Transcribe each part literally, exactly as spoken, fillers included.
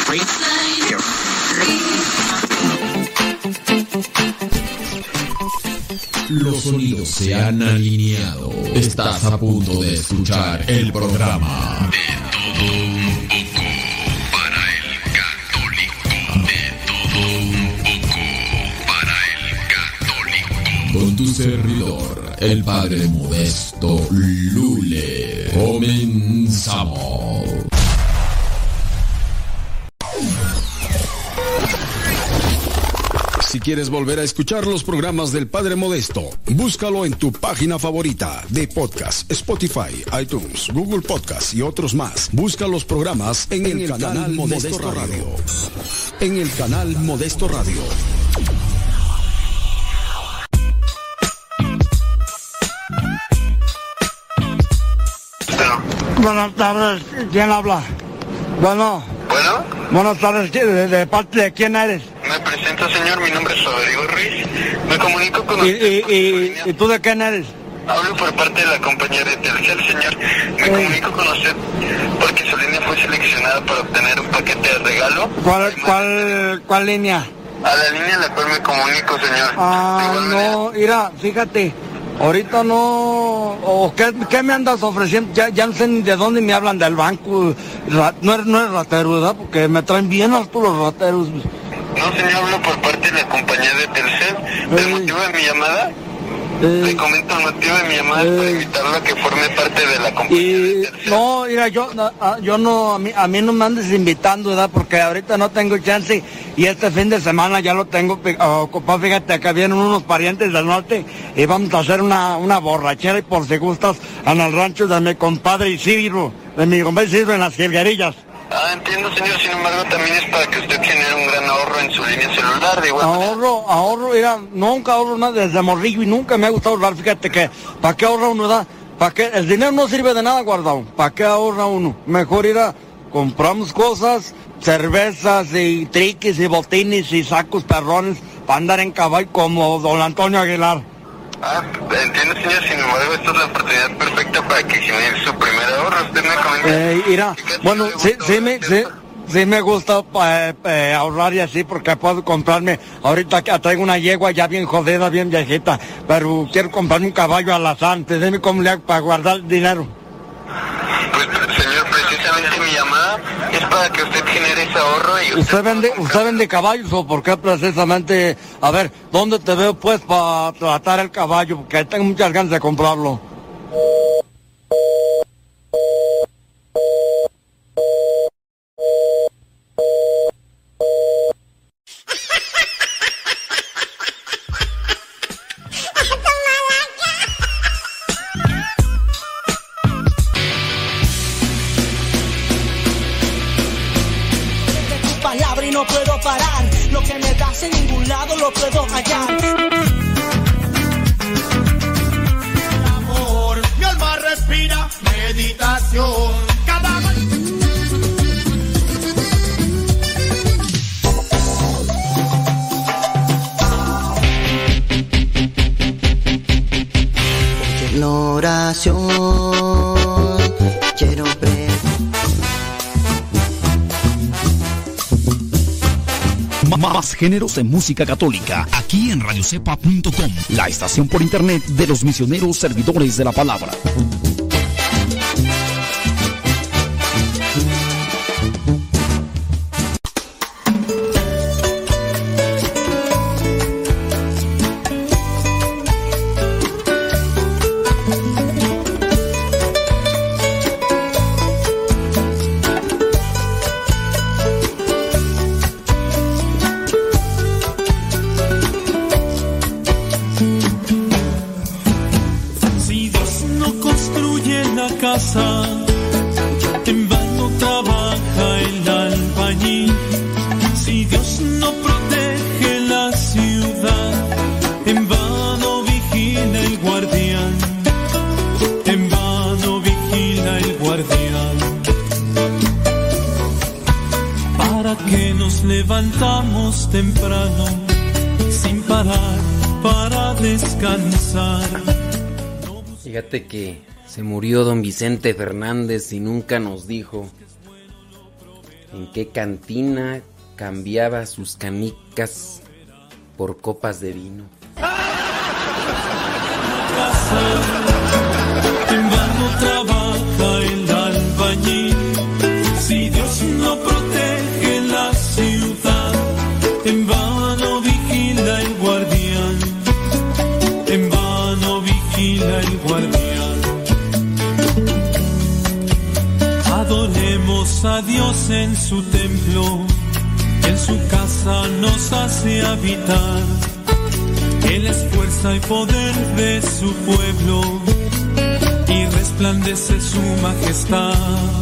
Los sonidos se han alineado. Estás a punto de escuchar el programa De Todo Un Poco para el Católico. De Todo Un Poco para el Católico. Con tu servidor, el Padre Modesto Lule. Comenzamos. Si quieres volver a escuchar los programas del Padre Modesto, búscalo en tu página favorita de podcast, Spotify, iTunes, Google Podcast y otros más. Busca los programas en, en el, el canal, canal Modesto, Modesto Radio. Radio. En el canal Modesto Radio. Buenas tardes, ¿quién habla? Bueno. ¿Bueno? Buenas tardes, ¿de, de parte de quién eres? Me presento, señor, mi nombre es Rodrigo Ruiz. Me comunico con ¿Y, usted. y, y, ¿Y tú de quién eres? Hablo por parte de la compañía de Telcel, señor. Me eh. comunico con usted porque su línea fue seleccionada para obtener un paquete de regalo. ¿Cuál, cuál, cuál línea? A la línea a la cual me comunico, señor. Ah, no, mira, fíjate. Ahorita no, o qué, ¿qué me andas ofreciendo? Ya, ya no sé ni de dónde me hablan del banco. Ra, no eres, no eres ratero, ¿verdad? Porque me traen bien altos los rateros. No, señor, hablo por parte de la compañía de Telcel. ¿El eh, motivo de mi llamada? Eh, Le comento el motivo de mi llamada eh, para invitarlo a que forme parte de la compañía y, de Telcel. No, mira, yo, yo no, a mí, a mí no me andes invitando, ¿verdad? Porque ahorita no tengo chance y este fin de semana ya lo tengo ocupado. Fíjate, que vienen unos parientes del norte y vamos a hacer una, una borrachera y por si gustas en el rancho de mi compadre Isidro, de mi compadre Isidro en las Jilguerillas. Ah, entiendo, señor, sin embargo también es para que usted genere un gran ahorro en su línea celular, de igual Ahorro, manera. ahorro, mira, nunca ahorro nada desde morrillo y nunca me ha gustado ahorrar, fíjate que, ¿para qué ahorra uno, da? ¿Para qué? El dinero no sirve de nada guardado, ¿para qué ahorra uno? Mejor ir a, compramos cosas, cervezas y triquis y botines y sacos perrones para andar en caballo como don Antonio Aguilar. Ah, entiendo, señor, sin embargo, esta es la oportunidad perfecta para que genere su primer ahorro. Usted me comenta. Eh, mira, bueno, sí, sí, me, sí, sí me gusta eh, eh, ahorrar y así porque puedo comprarme, ahorita traigo una yegua ya bien jodida, bien viejita, pero quiero comprarme un caballo alazán. Dime cómo le hago para guardar el dinero. Pues, señor, precisamente mi llamada es para que usted genere ese ahorro y usted... ¿Usted vende, usted vende caballos o por qué precisamente? A ver, ¿dónde te veo pues para tratar el caballo? Porque tengo muchas ganas de comprarlo. No puedo parar, lo que me das en ningún lado lo puedo hallar. Amor, mi alma respira meditación. Cada la oración quiero pre Más géneros en música católica, aquí en radio cepa punto com, la estación por internet de los misioneros servidores de la palabra. En vano trabaja el albañil. Si Dios no protege la ciudad, en vano vigila el guardián. En vano vigila el guardián. ¿Para qué nos levantamos temprano sin parar para descansar? Fíjate que se murió don Vicente Fernández y nunca nos dijo ¿En qué cantina cambiaba sus canicas por copas de vino? En vano trabaja el albañil, si Dios no protege la ciudad. En vano vigila el guardián, en vano vigila el guardián. Adoremos a Dios en su templo, en su casa nos hace habitar. Él es fuerza y poder de su pueblo y resplandece su majestad,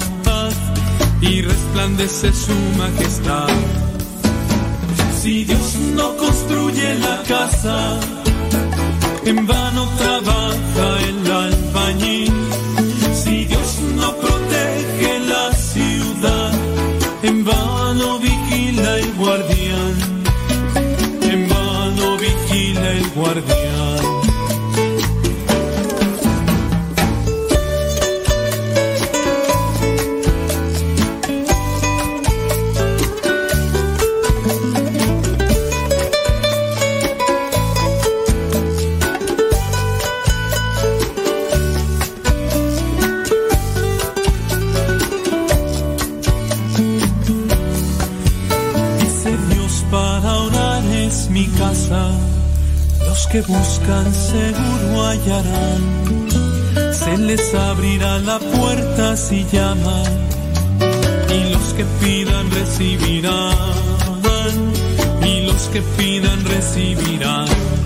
y resplandece su majestad. Si Dios no construye la casa, en vano trabaja el albañil. Si Dios no protege la ciudad, en vano vigila el guardián, en vano vigila el guardián. Mi casa, los que buscan seguro hallarán, se les abrirá la puerta si llaman, y los que pidan recibirán, y los que pidan recibirán.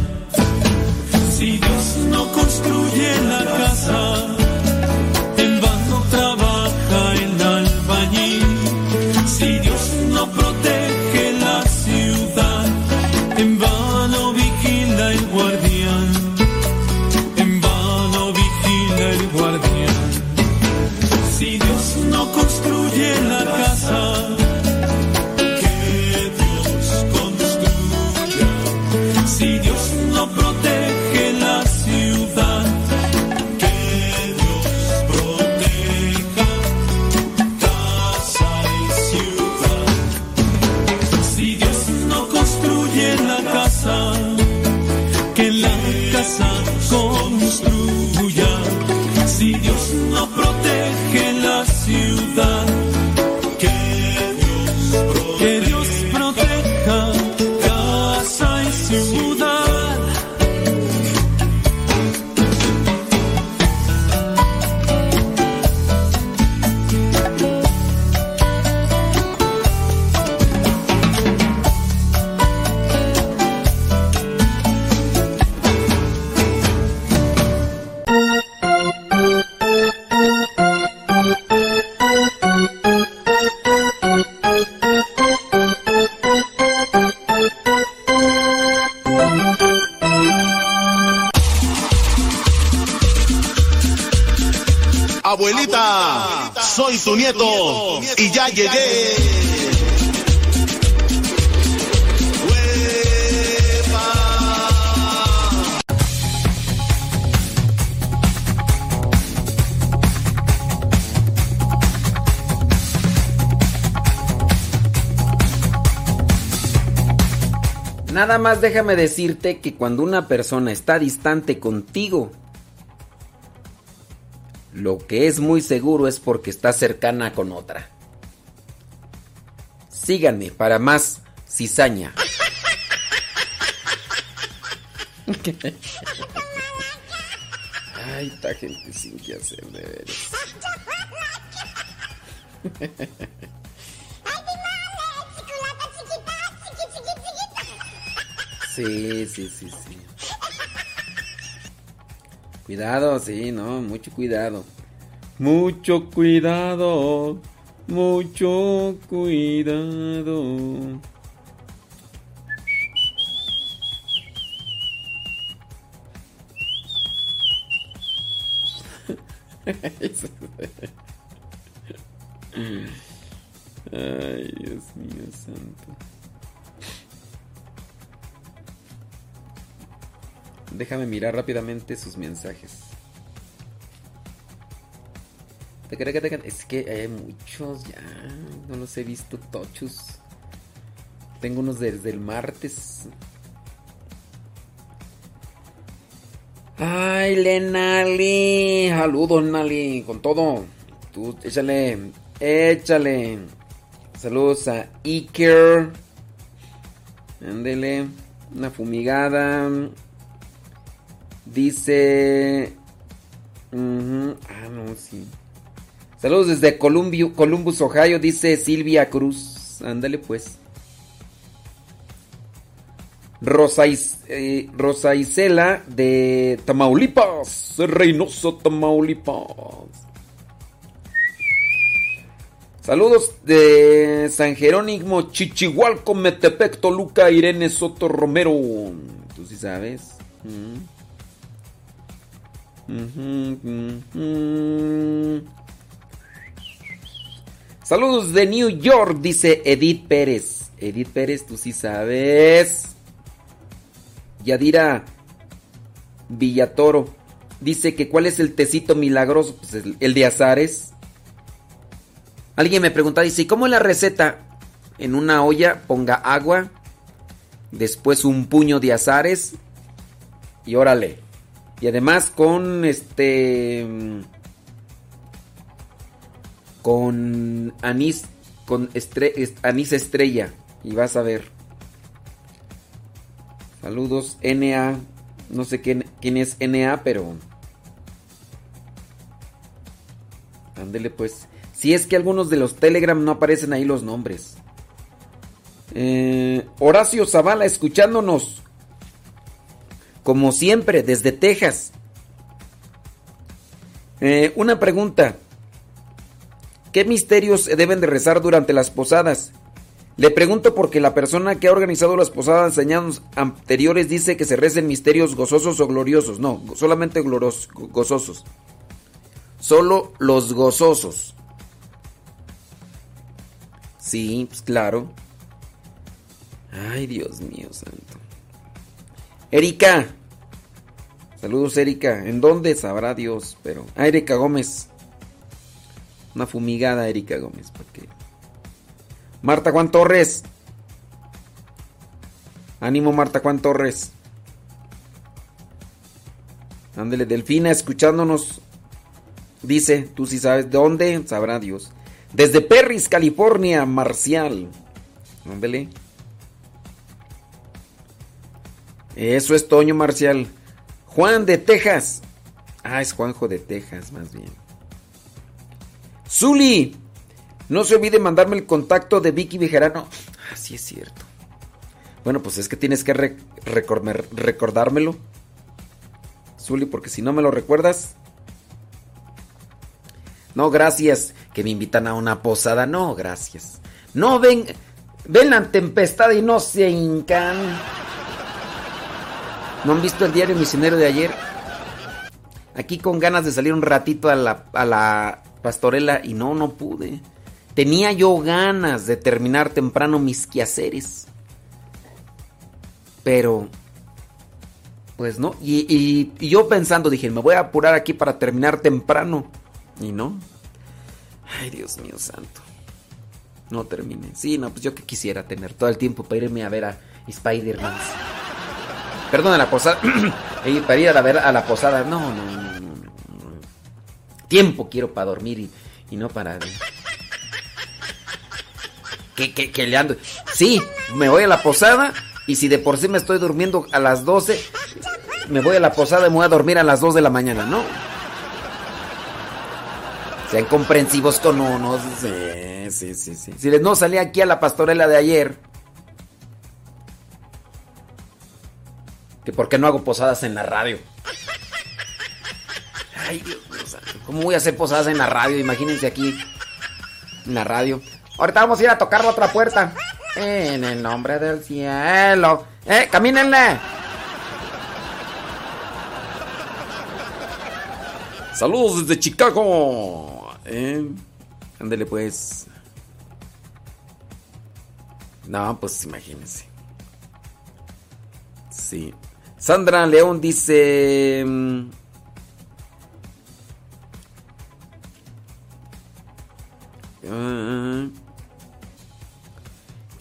Si Dios no construye la casa, en vano trabaja el albañil. Si Dios no protege la ciudad, en vano vigila el guardián, en vano vigila el guardián. Si Dios no construye la casa, que Dios construya. Si Dios no protege la ciudad, que Dios proteja casa y ciudad. Si Dios no construye la casa, que la casa construya. Si Dios no protege la ciudad, que Dios, que Dios proteja casa y ciudad. Abuelita, soy tu nieto y ya llegué. Nada más déjame decirte que cuando una persona está distante contigo, lo que es muy seguro es porque está cercana con otra. Síganme para más cizaña. Ay, esta gente sin qué hacer, de veras. Sí, sí, sí, sí. Cuidado, sí, no, mucho cuidado. Mucho cuidado, mucho cuidado. Ay, Dios mío santo. Déjame mirar rápidamente sus mensajes. Es que hay muchos ya. No los he visto tochos. Tengo unos desde el martes. Ay, Lenali. Saludos, Nali. Con todo. Tú, échale. Échale. Saludos a Iker. Ándele. Una fumigada. Dice. Uh-huh. Ah, no, sí. Saludos desde Columbio, Columbus, Ohio. Dice Silvia Cruz. Ándale, pues. Rosa, Is, eh, Rosa Isela de Tamaulipas. Reynoso, Tamaulipas. Saludos de San Jerónimo, Chichihualco, Metepec, Toluca, Irene Soto Romero. Tú sí sabes. Mm. Uh-huh, uh-huh. Saludos de New York, dice Edith Pérez. Edith Pérez, tú sí sabes. Yadira Villatoro dice que cuál es el tecito milagroso. Pues el, el de azares. Alguien me pregunta, dice, ¿cómo es la receta? En una olla ponga agua, después un puño de azares y órale. Y además con este con anís con estre, anís estrella y vas a ver. Saludos N A, no sé quién quién es N A, pero ándele pues. Si es que algunos de los Telegram no aparecen ahí los nombres. Eh, Horacio Zavala escuchándonos. Como siempre, desde Texas. Eh, una pregunta. ¿Qué misterios se deben de rezar durante las posadas? Le pregunto porque la persona que ha organizado las posadas en años anteriores dice que se recen misterios gozosos o gloriosos. No, solamente gloros, gozosos. Solo los gozosos. Sí, pues claro. Ay, Dios mío santo. Erika. Saludos, Erika. ¿En dónde? Sabrá Dios, pero... Ah, Erika Gómez. Una fumigada, Erika Gómez. ¿Para qué? Marta Juan Torres. Ánimo, Marta Juan Torres. Ándele, Delfina, escuchándonos. Dice, tú sí sabes de dónde, sabrá Dios. Desde Perris, California, Marcial. Ándele. Eso es Toño Marcial. Juan de Texas. Ah, es Juanjo de Texas, más bien. Zuli. No se olvide mandarme el contacto de Vicky Bejarano. Ah, sí es cierto. Bueno, pues es que tienes que re- record- recordármelo. Zuli, porque si no me lo recuerdas... No, gracias. Que me invitan a una posada. No, gracias. No, ven. Ven la tempestad y no se hincan. ¿No han visto el diario misionero de ayer? Aquí con ganas de salir un ratito a la, a la pastorela y no, no pude. Tenía yo ganas de terminar temprano mis quehaceres. Pero... Pues no. Y, y, y yo pensando, dije, me voy a apurar aquí para terminar temprano. Y no. Ay, Dios mío santo. No terminé. Sí, no, pues yo que quisiera tener todo el tiempo para irme a ver a Spider-Man. Perdón, a la posada. Para ir a ver a la posada. No, no, no, no, no. Tiempo quiero para dormir y, y no para... ¿Qué, qué, qué le ando? Sí, me voy a la posada y si de por sí me estoy durmiendo a las doce, me voy a la posada y me voy a dormir a las dos de la mañana, ¿no? Sean comprensivos con unos. Sí, sí, sí, sí. Si les no salí aquí a la pastorela de ayer. Que por qué no hago posadas en la radio. Ay, Dios mío. ¿Cómo voy a hacer posadas en la radio? Imagínense aquí. En la radio. Ahorita vamos a ir a tocar la otra puerta. En el nombre del cielo. ¡Eh, camínenle! Saludos desde Chicago. Eh, ándele pues. No, pues imagínense. Sí. Sandra León dice...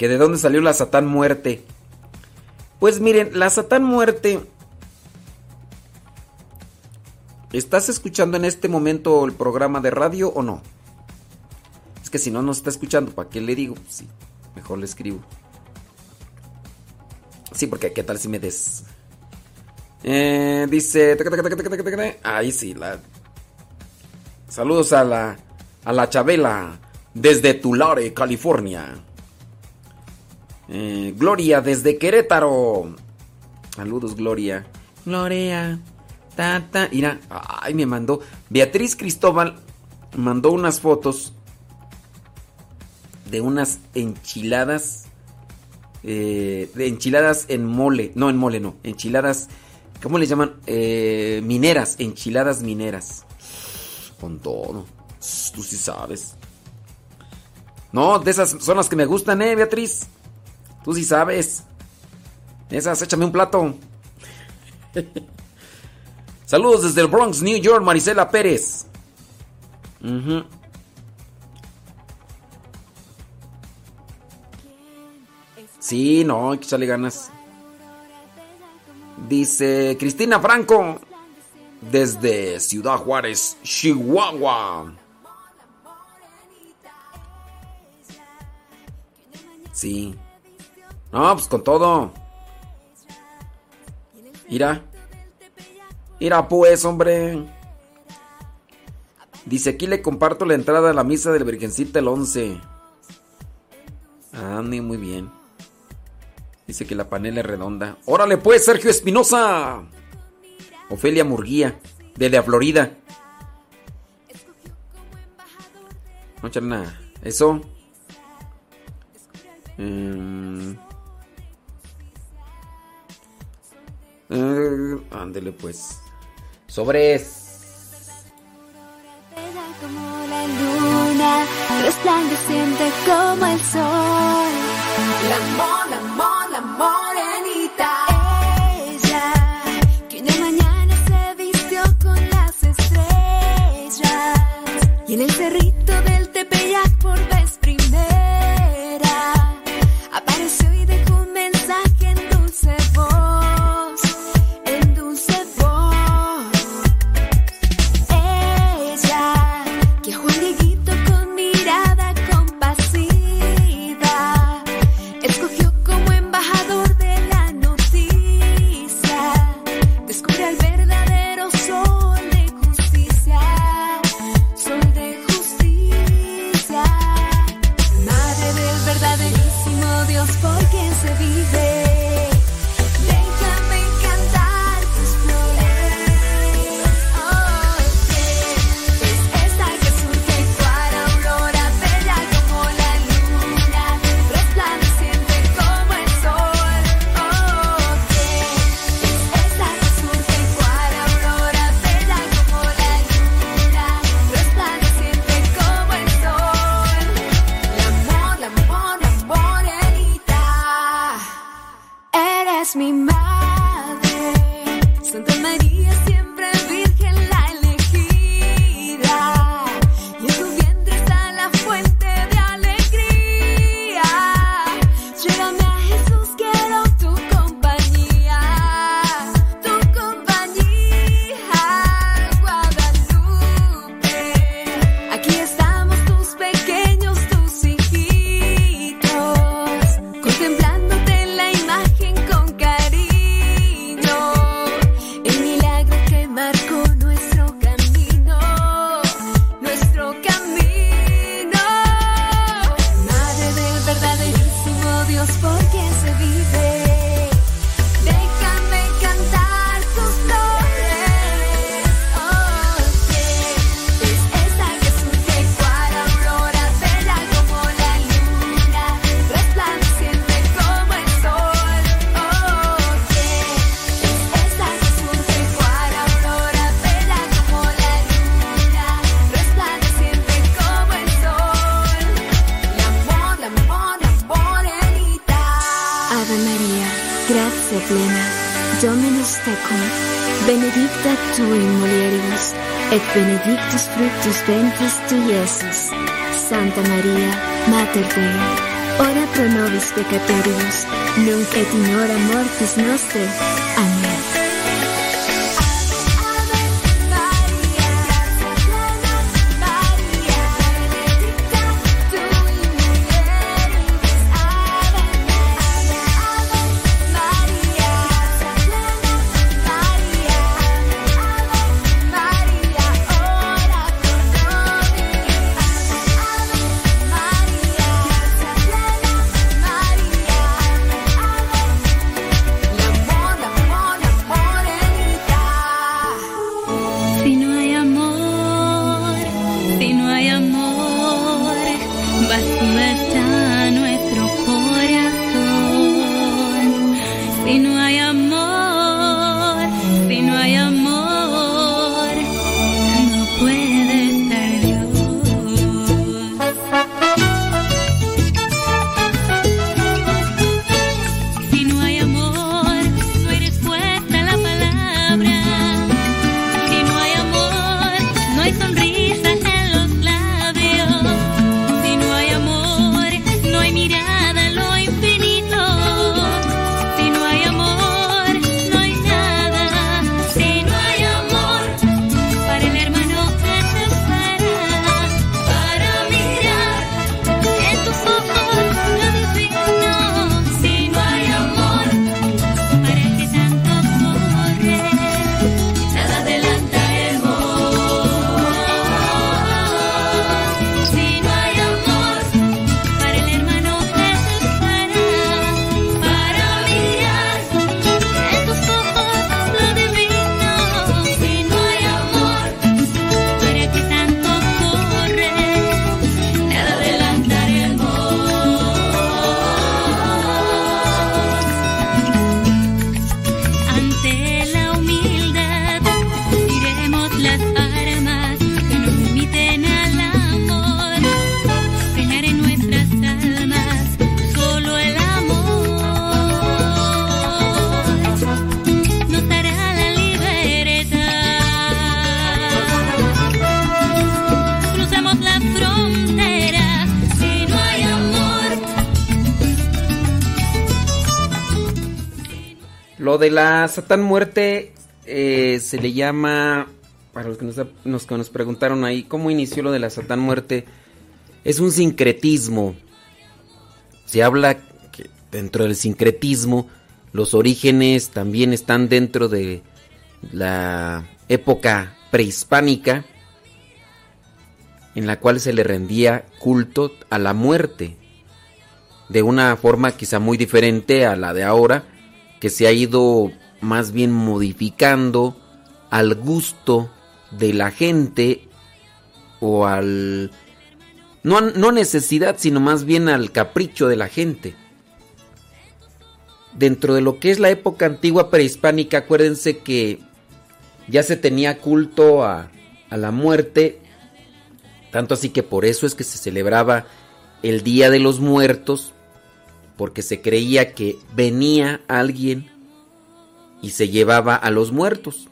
Que de dónde salió la Satán Muerte. Pues miren, la Satán Muerte... ¿Estás escuchando en este momento el programa de radio o no? Es que si no, no está escuchando. ¿Para qué le digo? Pues sí, mejor le escribo. Sí, porque qué tal si me des... Eh, dice... Ahí sí, la... Saludos a la... A la Chabela. Desde Tulare, California. Eh, Gloria, desde Querétaro. Saludos, Gloria. Gloria... Tata, mira, ay, me mandó. Beatriz Cristóbal mandó unas fotos de unas enchiladas. Eh, de enchiladas en mole. No, en mole no. Enchiladas, ¿cómo le llaman? Eh, mineras, enchiladas mineras. Con todo. Tú sí sabes. No, de esas son las que me gustan, eh, Beatriz. Tú sí sabes. Esas, échame un plato. Saludos desde el Bronx, New York, Marisela Pérez. Uh-huh. Sí, no, hay que echarle ganas. Dice Cristina Franco, desde Ciudad Juárez, Chihuahua. Sí. No, pues con todo. Mira. Mira pues, hombre. Dice, aquí le comparto la entrada a la misa del Virgencita el once. Ah, muy bien. Dice que la panela es redonda. ¡Órale pues, Sergio Espinosa! Ofelia Murguía, desde a Florida. No echar nada. Eso. Um, uh, ándele pues. Sobres. Como la luna, resplandeciente como el sol. La mo, la mo, la morenita. Ella, que una mañana se vistió con las estrellas. Y en el cerrito del Tepeyac por vez primera apareció y dejó un mensaje en dulce voz. En dulce voz. Ella, que a Juan Dieguito con mirada compasiva escogió como embajador de la noticia. Descubre al verdadero sol de justicia. Sol de justicia. Madre del verdaderísimo Dios por quien se vive. Déjame cantar tus flores. Oh, que es esta que surge cual aurora, bella como la luna, resplandeciente como el sol. Oh, que es esta que surge cual aurora, bella como la luna, resplandeciente como el sol. La amor, la amor, la morenita. Eres mi madre, Santa María, siempre virgen, la elegida. Y en tu vientre está la fuente de alegría. Llévame a Jesús, quiero tu compañía. Tu compañía, Guadalupe. Aquí estamos tus pequeños, tus hijitos, contemplándote en la imagen con cariño. El milagro que marcó nuestro camino, nuestro camino. Madre del verdaderísimo Dios por quien se vive. Déjame cantar tus flores. Oh, que es esta que surge cual aurora, bella como la luna, resplandeciente como el sol. Oh, que es esta que surge cual aurora, bella como la luna, resplandeciente como el sol. La amor, la amor, la morenita. Ave María, gracia plena, Dominus tecum, benedicta tu in mulieribus, et benedictus fructus ventris tu, Iesus. Santa María, Mater Dei, Ora pro nobis peccatoribus, nunc et in hora mortis nostre. Amen. Si no hay amor, si no hay amor, vacío está nuestro corazón. Si no hay amor, si no hay amor, no puede estar Dios. Si no hay amor, no hay respuesta a la palabra. Si no hay amor, no hay sonrisa en los labios. Si no hay amor, no hay mirada en lo infinito. Si no hay amor, no hay nada. Si no hay amor, para el hermano que te espera, para mirar en tus ojos lo divino. Si no hay amor, para el que tanto corre, nada adelanta el amor. Si no hay amor, para el hermano que te espera, para mirar en tus ojos lo divino. Si no hay amor, para el que tanto corre, nada adelanta el amor. Ante la humildad tiremos las armas que nos limiten al amor, frenar en nuestras almas solo el amor nos dará la libertad. Cruzamos la frontera si no hay amor. Lo de la Satán Muerte eh, se le llama, para los que nos, nos, que nos preguntaron ahí, ¿cómo inició lo de la Satán Muerte? Es un sincretismo. Se habla que dentro del sincretismo los orígenes también están dentro de la época prehispánica, en la cual se le rendía culto a la muerte, de una forma quizá muy diferente a la de ahora, que se ha ido más bien modificando al gusto de la gente o al... No, no necesidad, sino más bien al capricho de la gente. Dentro de lo que es la época antigua prehispánica, acuérdense que ya se tenía culto a, a la muerte, tanto así que por eso es que se celebraba el Día de los Muertos, porque se creía que venía alguien y se llevaba a los muertos.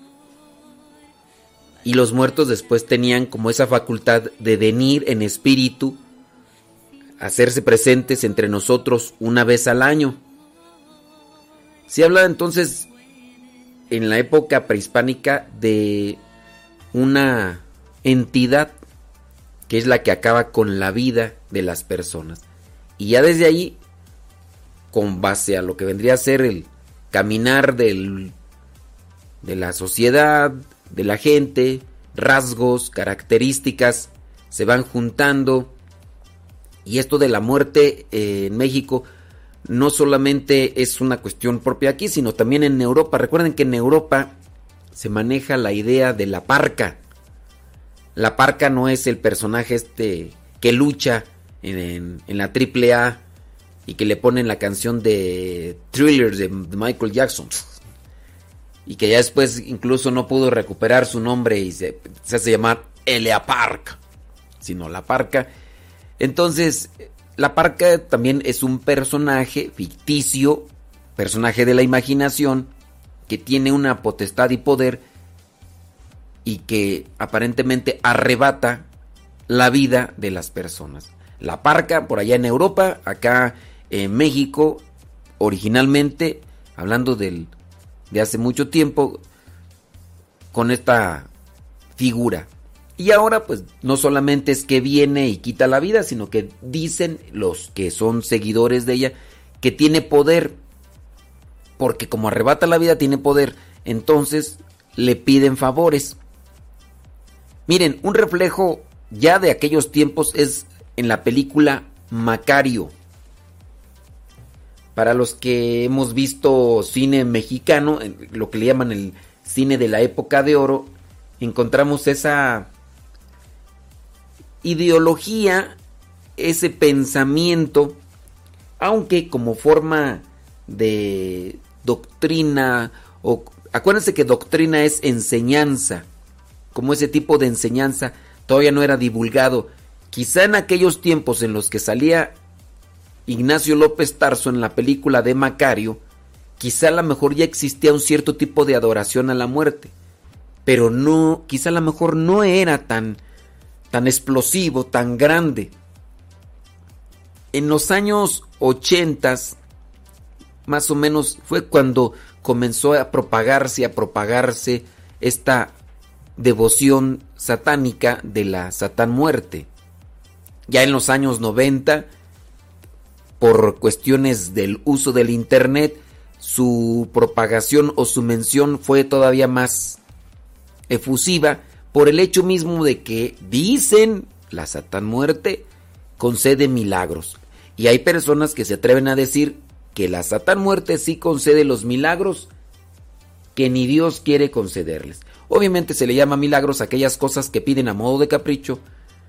Y los muertos después tenían como esa facultad de venir en espíritu, hacerse presentes entre nosotros una vez al año. Se habla entonces en la época prehispánica de una entidad que es la que acaba con la vida de las personas. Y ya desde ahí, con base a lo que vendría a ser el caminar del, de la sociedad, de la gente, rasgos, características, se van juntando. Y esto de la muerte eh, en México no solamente es una cuestión propia aquí, sino también en Europa. Recuerden que en Europa se maneja la idea de la parca. La parca no es el personaje este que lucha en, en, en la triple A y que le ponen la canción de Thriller de Michael Jackson y que ya después incluso no pudo recuperar su nombre y se, se hace llamar Elia Park, sino la parca. Entonces la parca también es un personaje ficticio, personaje de la imaginación, que tiene una potestad y poder y que aparentemente arrebata la vida de las personas. la parca por allá en Europa, acá en México, originalmente, hablando del, de hace mucho tiempo, con esta figura. Y ahora pues no solamente es que viene y quita la vida, sino que dicen los que son seguidores de ella que tiene poder, porque como arrebata la vida tiene poder, entonces le piden favores. Miren, un reflejo ya de aquellos tiempos es en la película Macario. Para los que hemos visto cine mexicano, lo que le llaman el cine de la época de oro, encontramos esa ideología, ese pensamiento, aunque como forma de doctrina, o acuérdense que doctrina es enseñanza, como ese tipo de enseñanza todavía no era divulgado. Quizá en aquellos tiempos en los que salía Ignacio López Tarso en la película de Macario, quizá a lo mejor ya existía un cierto tipo de adoración a la muerte, pero no, quizá a lo mejor no era tan, tan explosivo, tan grande. En los años ochentas, más o menos, fue cuando comenzó a propagarse, a propagarse esta devoción satánica de la Satán Muerte. Ya en los años noventa, por cuestiones del uso del internet, su propagación o su mención fue todavía más efusiva por el hecho mismo de que dicen la Satán Muerte concede milagros. Y hay personas que se atreven a decir que la Satán Muerte sí concede los milagros que ni Dios quiere concederles. Obviamente se le llama milagros a aquellas cosas que piden a modo de capricho,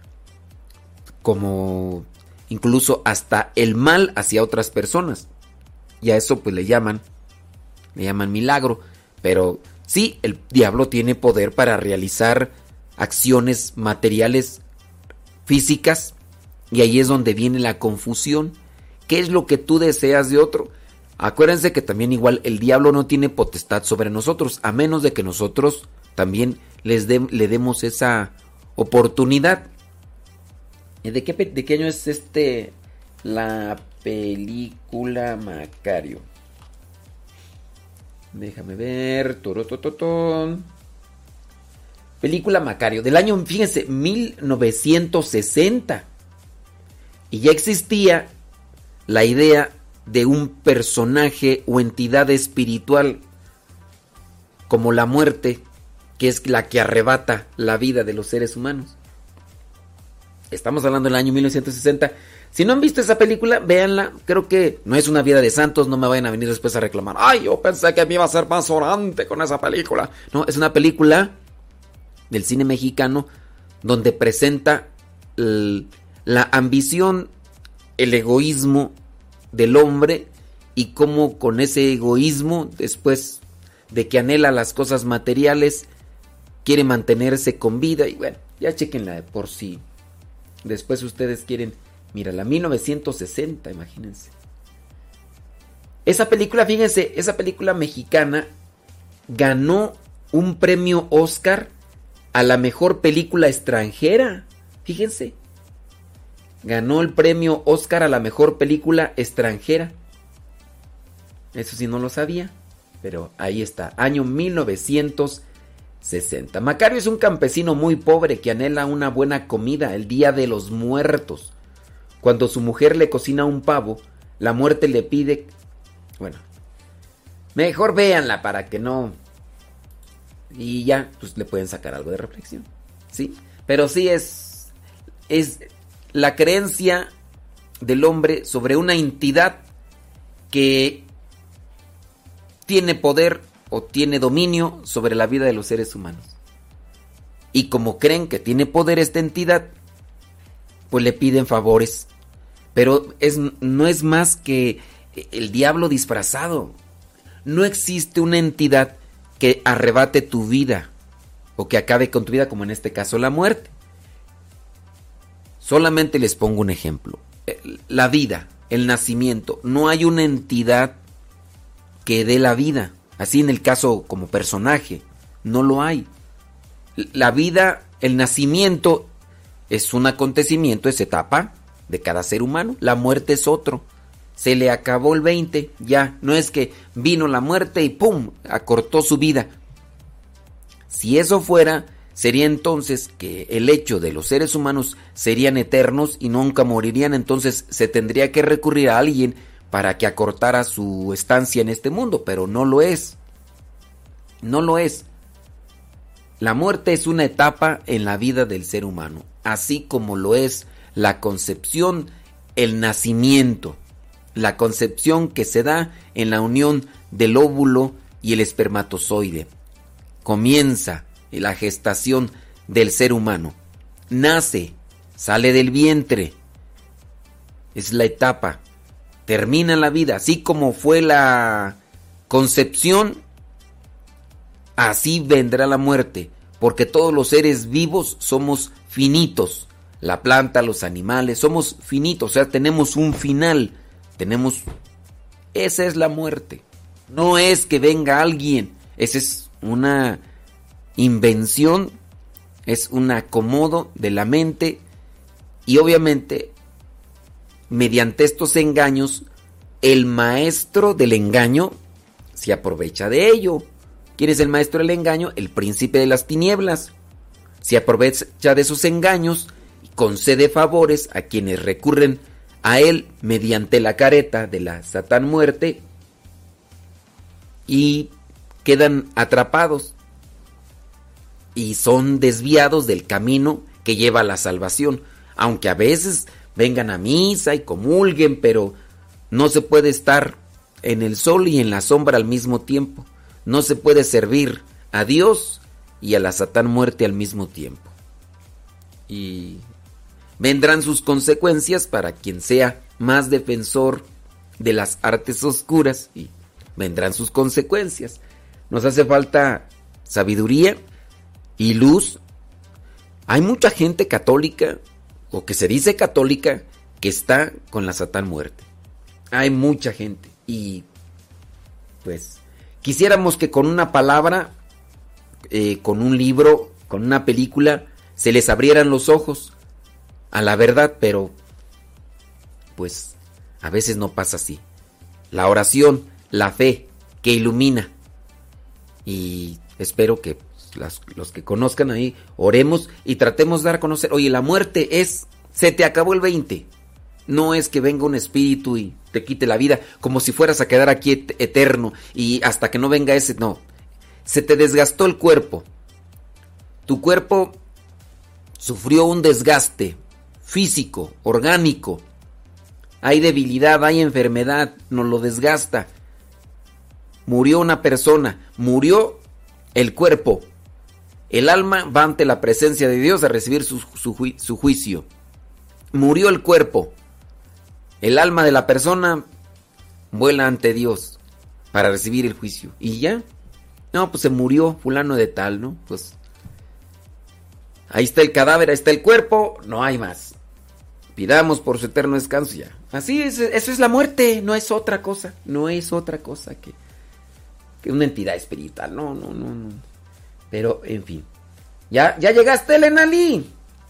como incluso hasta el mal hacia otras personas. Y a eso pues le llaman, le llaman milagro. Pero sí, el diablo tiene poder para realizar acciones materiales, físicas, y ahí es donde viene la confusión. ¿Qué es lo que tú deseas de otro? Acuérdense que también igual el diablo no tiene potestad sobre nosotros, a menos de que nosotros también les de, le demos esa oportunidad. ¿De qué, ¿De qué año es este la película Macario? Déjame ver. Torotototón. Película Macario, del año, fíjense, mil novecientos sesenta. Y ya existía la idea de un personaje o entidad espiritual como la muerte, que es la que arrebata la vida de los seres humanos. Estamos hablando del año mil novecientos sesenta. Si no han visto esa película, véanla. Creo que no es una vida de santos, no me vayan a venir después a reclamar. Ay, yo pensé que me iba a ser más orante con esa película. No, es una película del cine mexicano donde presenta el, la ambición, el egoísmo del hombre y cómo con ese egoísmo, después de que anhela las cosas materiales, quiere mantenerse con vida. Y bueno, ya chequenla de por sí. Después ustedes quieren, mira, la mil novecientos sesenta, imagínense. Esa película, fíjense, esa película mexicana ganó un premio Oscar a la mejor película extranjera. Fíjense. Ganó el premio Oscar a la mejor película extranjera. Eso sí no lo sabía, pero ahí está, año mil novecientos sesenta. Macario es un campesino muy pobre que anhela una buena comida el día de los muertos. Cuando su mujer le cocina un pavo, la muerte le pide... Bueno, mejor véanla para que no... Y ya, pues le pueden sacar algo de reflexión, ¿sí? Pero sí es... es la creencia del hombre sobre una entidad que tiene poder o tiene dominio sobre la vida de los seres humanos. Y como creen que tiene poder esta entidad, pues le piden favores. Pero es, no es más que el diablo disfrazado. No existe una entidad que arrebate tu vida o que acabe con tu vida, como en este caso la muerte. Solamente les pongo un ejemplo. La vida, el nacimiento. No hay una entidad que dé la vida. Así en el caso como personaje. No lo hay. La vida, el nacimiento es un acontecimiento, es etapa de cada ser humano. La muerte es otro. Se le acabó el veinte, ya. No es que vino la muerte y ¡pum!, acortó su vida. Si eso fuera, sería entonces que el hecho de los seres humanos serían eternos y nunca morirían, entonces se tendría que recurrir a alguien para que acortara su estancia en este mundo, pero no lo es. No lo es. La muerte es una etapa en la vida del ser humano, así como lo es la concepción, el nacimiento, la concepción que se da en la unión del óvulo y el espermatozoide. Comienza la gestación del ser humano. Nace, sale del vientre. Es la etapa. Termina la vida. Así como fue la concepción, así vendrá la muerte. Porque todos los seres vivos somos finitos. La planta, los animales, somos finitos. O sea, tenemos un final. Tenemos... Esa es la muerte. No es que venga alguien. Esa es una invención, es un acomodo de la mente y obviamente mediante estos engaños el maestro del engaño se aprovecha de ello. ¿Quién es el maestro del engaño? El príncipe de las tinieblas. Se aprovecha de esos engaños y concede favores a quienes recurren a él mediante la careta de la Satán muerte y quedan atrapados y son desviados del camino que lleva a la salvación, aunque a veces vengan a misa y comulguen, pero no se puede estar en el sol y en la sombra al mismo tiempo. No se puede servir a Dios y a la Satán muerte al mismo tiempo. Y vendrán sus consecuencias para quien sea más defensor de las artes oscuras y vendrán sus consecuencias. Nos hace falta sabiduría y luz. Hay mucha gente católica, o que se dice católica, que está con la Satán muerte. Hay mucha gente. Y pues quisiéramos que con una palabra, eh, con un libro, con una película, se les abrieran los ojos a la verdad, pero pues a veces no pasa así. La oración, la fe, que ilumina. Y espero que las, los que conozcan ahí, oremos y tratemos de dar a conocer. Oye, la muerte es, se te acabó el veinte. No es que venga un espíritu y te quite la vida, como si fueras a quedar aquí et- eterno y hasta que no venga ese, no. Se te desgastó el cuerpo. Tu cuerpo sufrió un desgaste físico, orgánico. Hay debilidad, hay enfermedad, nos lo desgasta. Murió una persona, murió el cuerpo. El alma va ante la presencia de Dios a recibir su, su, ju- su juicio. Murió el cuerpo. El alma de la persona vuela ante Dios para recibir el juicio. ¿Y ya? No, pues se murió fulano de tal, ¿no? Pues ahí está el cadáver, ahí está el cuerpo, no hay más. Pidamos por su eterno descanso ya. Así es, eso es la muerte, no es otra cosa. No es otra cosa que, que una entidad espiritual. No, no, no, no. Pero, en fin. Ya, ya llegaste, Lenali.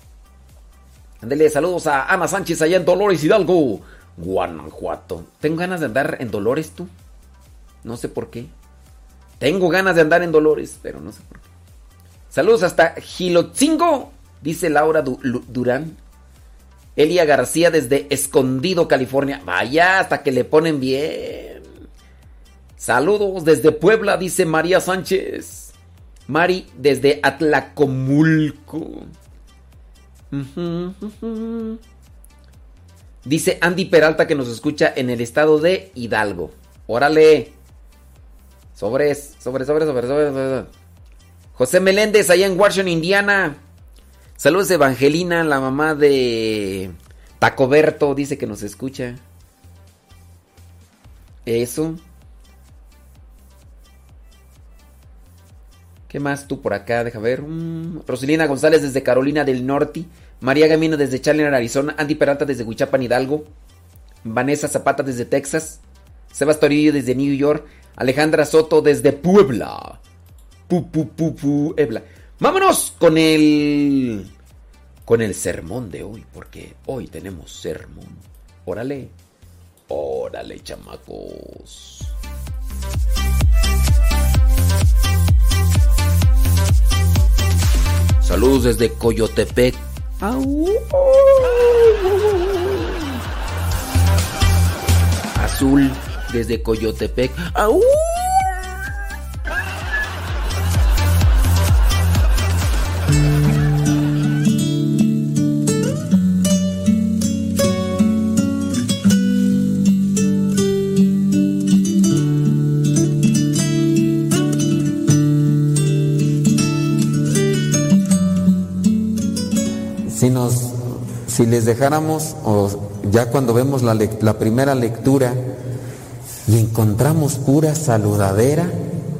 Ándale, saludos a Ana Sánchez allá en Dolores Hidalgo, Guanajuato. Tengo ganas de andar en Dolores, tú. No sé por qué. Tengo ganas de andar en Dolores, pero no sé por qué. Saludos hasta Gilotzingo, dice Laura Du- Lu- Durán. Elia García desde Escondido, California. Vaya, hasta que le ponen bien. Saludos desde Puebla, dice María Sánchez. Mari desde Atlacomulco. Uh-huh, uh-huh. Dice Andy Peralta que nos escucha en el estado de Hidalgo. Órale. Sobres, sobres, sobres, sobres, sobres, sobres. José Meléndez allá en Washington, Indiana. Saludos Evangelina, la mamá de Tacoberto, dice que nos escucha. Eso. ¿Qué más tú por acá? Deja ver. Mm, Roselina González desde Carolina del Norte. María Gamino desde Chandler, Arizona. Andy Peralta desde Huichapan, Hidalgo. Vanessa Zapata desde Texas. Sebas Torillo desde New York. Alejandra Soto desde Puebla. Pu, pu, pu, Puebla. Vámonos con el... con el sermón de hoy, porque hoy tenemos sermón. Órale, órale, chamacos. Saludos desde Coyotepec. Au. Azul desde Coyotepec. Au. Si nos, si les dejáramos, o ya cuando vemos la, la primera lectura y encontramos pura saludadera,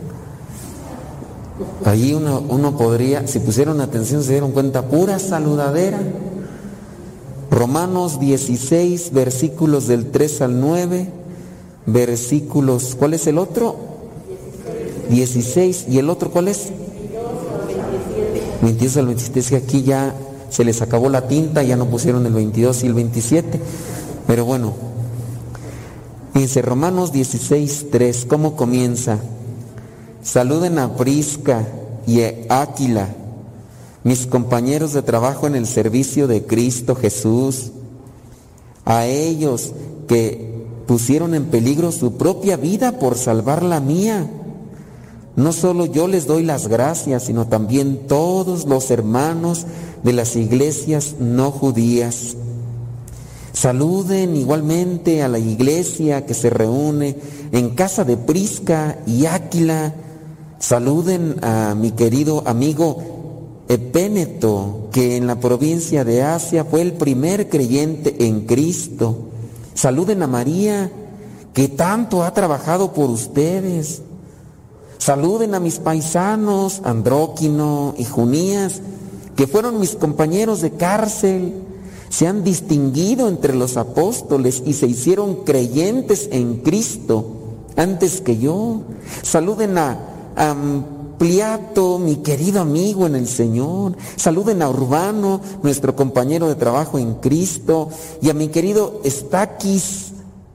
ahí uno, uno podría, si pusieron atención se dieron cuenta, pura saludadera. Romanos dieciséis, versículos del tres al nueve, versículos, ¿cuál es el otro? dieciséis, ¿y el otro cuál es? veintidós al veintisiete, es que aquí ya se les acabó la tinta, ya no pusieron el veintidós y el veintisiete, pero bueno, dice Romanos dieciséis, tres, ¿cómo comienza? Saluden a Prisca y a Áquila, mis compañeros de trabajo en el servicio de Cristo Jesús, a ellos que pusieron en peligro su propia vida por salvar la mía. No solo yo les doy las gracias, sino también todos los hermanos de las iglesias no judías. Saluden igualmente a la iglesia que se reúne en casa de Prisca y Áquila. Saluden a mi querido amigo Epéneto, que en la provincia de Asia fue el primer creyente en Cristo. Saluden a María, que tanto ha trabajado por ustedes. Saluden a mis paisanos Andróquino y Junías, que fueron mis compañeros de cárcel, se han distinguido entre los apóstoles y se hicieron creyentes en Cristo antes que yo. Saluden a Ampliato, mi querido amigo en el Señor. Saluden a Urbano, nuestro compañero de trabajo en Cristo, y a mi querido Estaquis.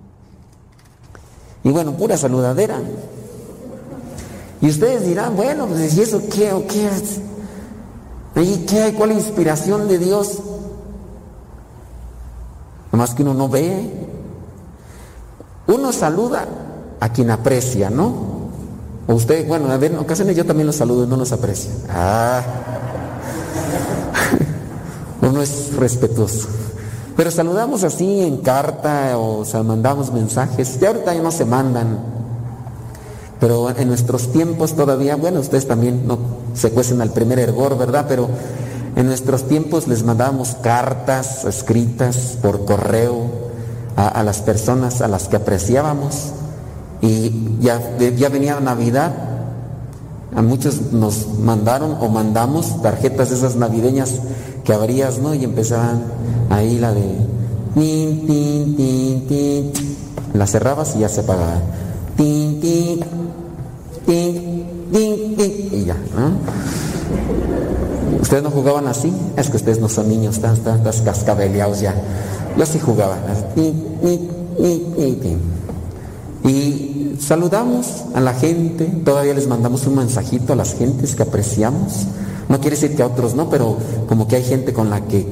Y bueno, pura saludadera. Y ustedes dirán, bueno, pues ¿y eso qué o qué es? ¿Y qué hay? ¿Cuál inspiración de Dios? Nomás que uno no ve. Uno saluda a quien aprecia, ¿no? O usted, bueno, a ver, en ocasiones yo también los saludo y no los aprecio. Ah. Uno es respetuoso. Pero saludamos así en carta o sea, mandamos mensajes. Ya ahorita ya no se mandan. Pero en nuestros tiempos todavía, bueno, ustedes también no se cuecen al primer hervor, ¿verdad? Pero en nuestros tiempos les mandábamos cartas escritas por correo a, a las personas a las que apreciábamos. Y ya, ya venía Navidad, a muchos nos mandaron o mandamos tarjetas esas navideñas que abrías, ¿no? Y empezaban ahí la de tin, tin, tin, tin. La cerrabas y ya se apagaba. Tin, tin, tin, tin, tin, y ya, ¿no? ¿Ustedes no jugaban así? Es que ustedes no son niños, están, están, están cascabeleados ya. Yo sí jugaba. Tin, tin, tin, tin, tin. Y saludamos a la gente, todavía les mandamos un mensajito a las gentes que apreciamos. No quiere decir que a otros no, pero como que hay gente con la que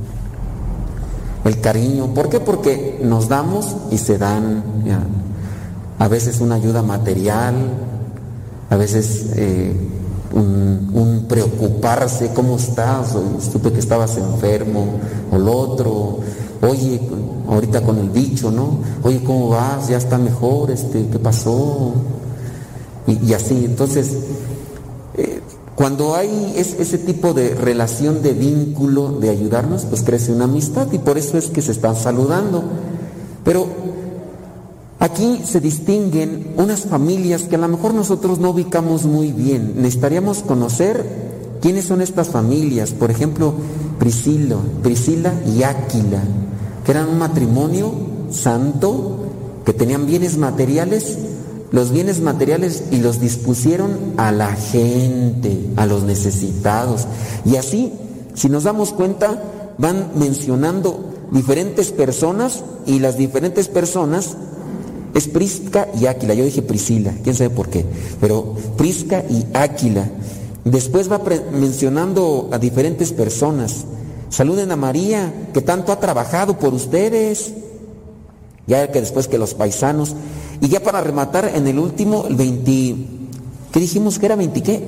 el cariño. ¿Por qué? Porque nos damos y se dan. Ya. A veces una ayuda material, a veces eh, un, un preocuparse, ¿cómo estás? O, supe que estabas enfermo, o lo otro, oye, ahorita con el bicho, ¿no? Oye, ¿cómo vas? ¿Ya está mejor? Este, ¿qué pasó? Y, y así, entonces, eh, cuando hay es, ese tipo de relación de vínculo, de ayudarnos, pues crece una amistad y por eso es que se están saludando. Pero aquí se distinguen unas familias que a lo mejor nosotros no ubicamos muy bien. Necesitaríamos conocer quiénes son estas familias. Por ejemplo, Priscila, Priscila y Áquila, que eran un matrimonio santo, que tenían bienes materiales, los bienes materiales y los dispusieron a la gente, a los necesitados. Y así si nos damos cuenta, van mencionando diferentes personas y las diferentes personas es Prisca y Áquila. Yo dije Priscila, quién sabe por qué, pero Prisca y Áquila. Después va pre- mencionando a diferentes personas. Saluden a María, que tanto ha trabajado por ustedes. Ya que después que los paisanos. Y ya para rematar, en el último, el veinte, ¿qué dijimos que era? ¿veinte qué?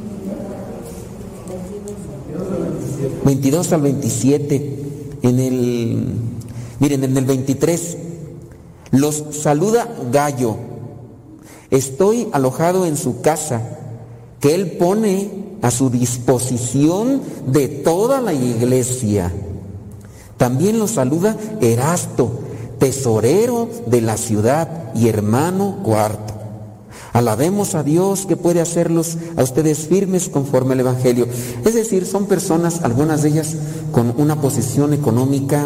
veintidós al veintisiete. En el, miren, en el veintitrés, los saluda Gallo. Estoy alojado en su casa, que él pone a su disposición de toda la iglesia. También los saluda Erasto, tesorero de la ciudad y hermano Cuarto. Alabemos a Dios que puede hacerlos a ustedes firmes conforme al Evangelio. Es decir, son personas, algunas de ellas con una posición económica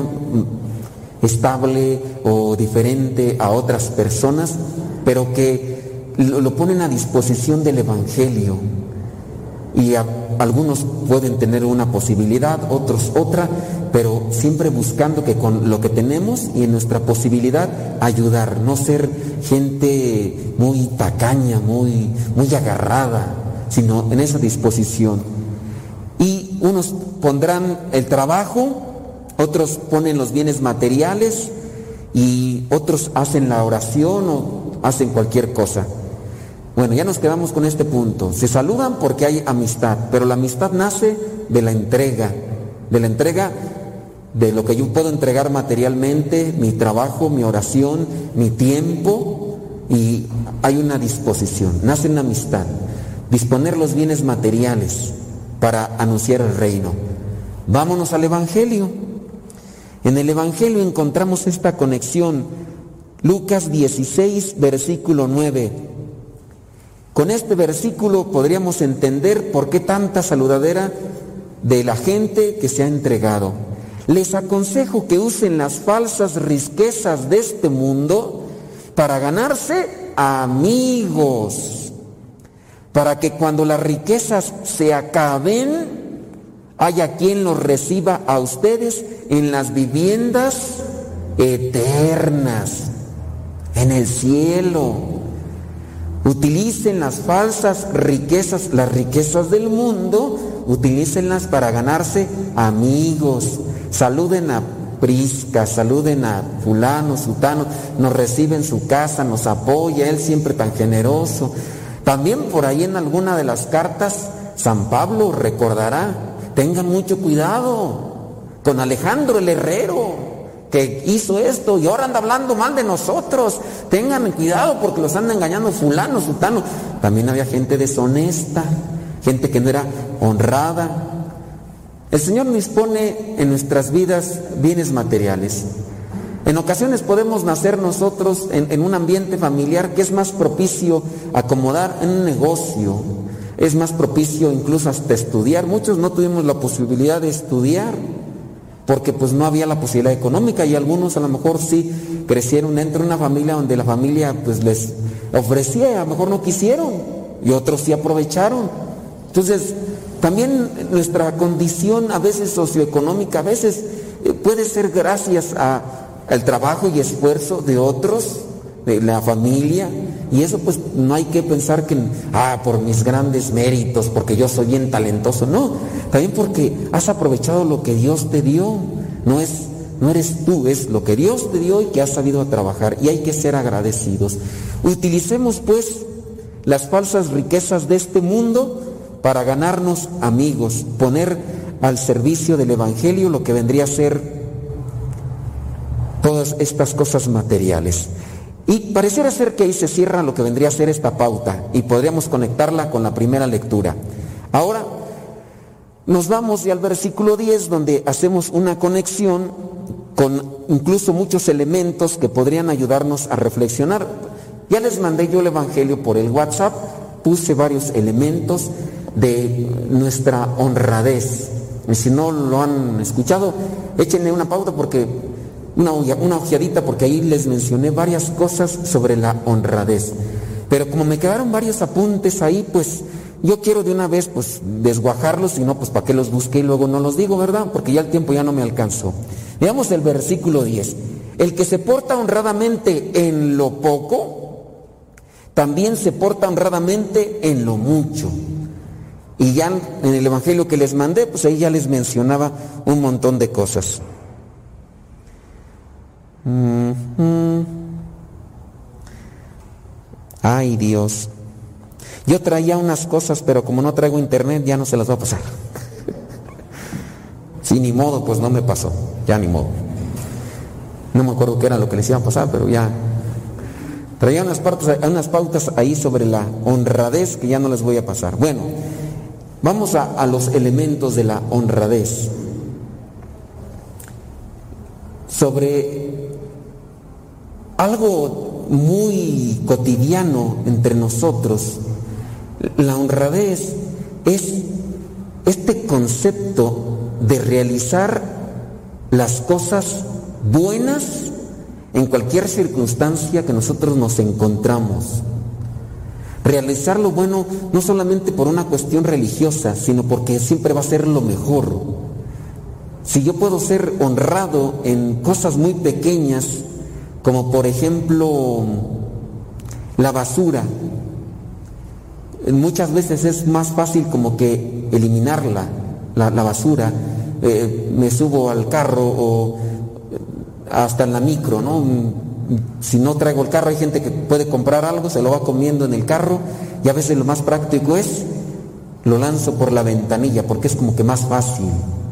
estable o diferente a otras personas, pero que lo, lo ponen a disposición del Evangelio. Y a, algunos pueden tener una posibilidad, otros otra, pero siempre buscando que con lo que tenemos y en nuestra posibilidad ayudar, no ser gente muy tacaña, muy, muy agarrada, sino en esa disposición. Y unos pondrán el trabajo, otros ponen los bienes materiales y otros hacen la oración o hacen cualquier cosa. Bueno, ya nos quedamos con este punto. Se saludan porque hay amistad, pero la amistad nace de la entrega, de la entrega de lo que yo puedo entregar materialmente, mi trabajo, mi oración, mi tiempo, y hay una disposición, nace una amistad, disponer los bienes materiales para anunciar el reino. Vámonos al Evangelio. En el Evangelio encontramos esta conexión. Lucas dieciséis, versículo nueve. Con este versículo podríamos entender por qué tanta saludadera de la gente que se ha entregado. Les aconsejo que usen las falsas riquezas de este mundo para ganarse amigos, para que cuando las riquezas se acaben, haya quien los reciba a ustedes en las viviendas eternas, en el cielo. Utilicen las falsas riquezas, las riquezas del mundo, utilícenlas para ganarse amigos. Saluden a Prisca, saluden a fulano, sutano, nos recibe en su casa, nos apoya, él siempre tan generoso. También por ahí en alguna de las cartas, San Pablo recordará, tengan mucho cuidado con Alejandro el herrero, que hizo esto y ahora anda hablando mal de nosotros. Tengan cuidado porque los anda engañando fulano, sutano. También había gente deshonesta, gente que no era honrada. El Señor nos pone en nuestras vidas bienes materiales. En ocasiones podemos nacer nosotros en, en un ambiente familiar que es más propicio a acomodar en un negocio, es más propicio incluso hasta estudiar. Muchos no tuvimos la posibilidad de estudiar porque pues no había la posibilidad económica, y algunos a lo mejor sí crecieron dentro de una familia donde la familia pues les ofrecía y a lo mejor no quisieron, y otros sí aprovecharon. Entonces también nuestra condición a veces socioeconómica a veces eh, puede ser gracias a, al trabajo y esfuerzo de otros, de la familia, y eso pues no hay que pensar que ah, por mis grandes méritos, porque yo soy bien talentoso. No, también porque has aprovechado lo que Dios te dio. No es, no eres tú, es lo que Dios te dio y que has sabido trabajar, y hay que ser agradecidos. Utilicemos pues las falsas riquezas de este mundo para ganarnos amigos, poner al servicio del Evangelio lo que vendría a ser todas estas cosas materiales. Y pareciera ser que ahí se cierra lo que vendría a ser esta pauta, y podríamos conectarla con la primera lectura. Ahora nos vamos ya al versículo diez, donde hacemos una conexión con incluso muchos elementos que podrían ayudarnos a reflexionar. Ya les mandé yo el Evangelio por el WhatsApp, puse varios elementos de nuestra honradez. Y si no lo han escuchado, échenle una pauta porque Una, una ojeadita, porque ahí les mencioné varias cosas sobre la honradez. Pero como me quedaron varios apuntes ahí, pues yo quiero de una vez pues desguajarlos, si no pues para qué los busqué y luego no los digo, ¿verdad? Porque ya el tiempo ya no me alcanzó. Veamos el versículo diez. El que se porta honradamente en lo poco, también se porta honradamente en lo mucho. Y ya en el evangelio que les mandé, pues ahí ya les mencionaba un montón de cosas. Mm-hmm. Ay, Dios. Yo traía unas cosas, pero como no traigo internet, ya no se las va a pasar. Sí, ni modo, pues no me pasó. Ya ni modo. No me acuerdo qué era lo que les iba a pasar, pero ya. Traía unas, partes, unas pautas ahí sobre la honradez que ya no les voy a pasar. Bueno, vamos a, a los elementos de la honradez. Sobre algo muy cotidiano entre nosotros, la honradez es este concepto de realizar las cosas buenas en cualquier circunstancia que nosotros nos encontramos. Realizar lo bueno no solamente por una cuestión religiosa, sino porque siempre va a ser lo mejor. Si yo puedo ser honrado en cosas muy pequeñas, como por ejemplo la basura, muchas veces es más fácil como que eliminarla, la, la basura. Eh, me subo al carro o hasta en la micro, ¿no? Si no traigo el carro, hay gente que puede comprar algo, se lo va comiendo en el carro, y a veces lo más práctico es lo lanzo por la ventanilla porque es como que más fácil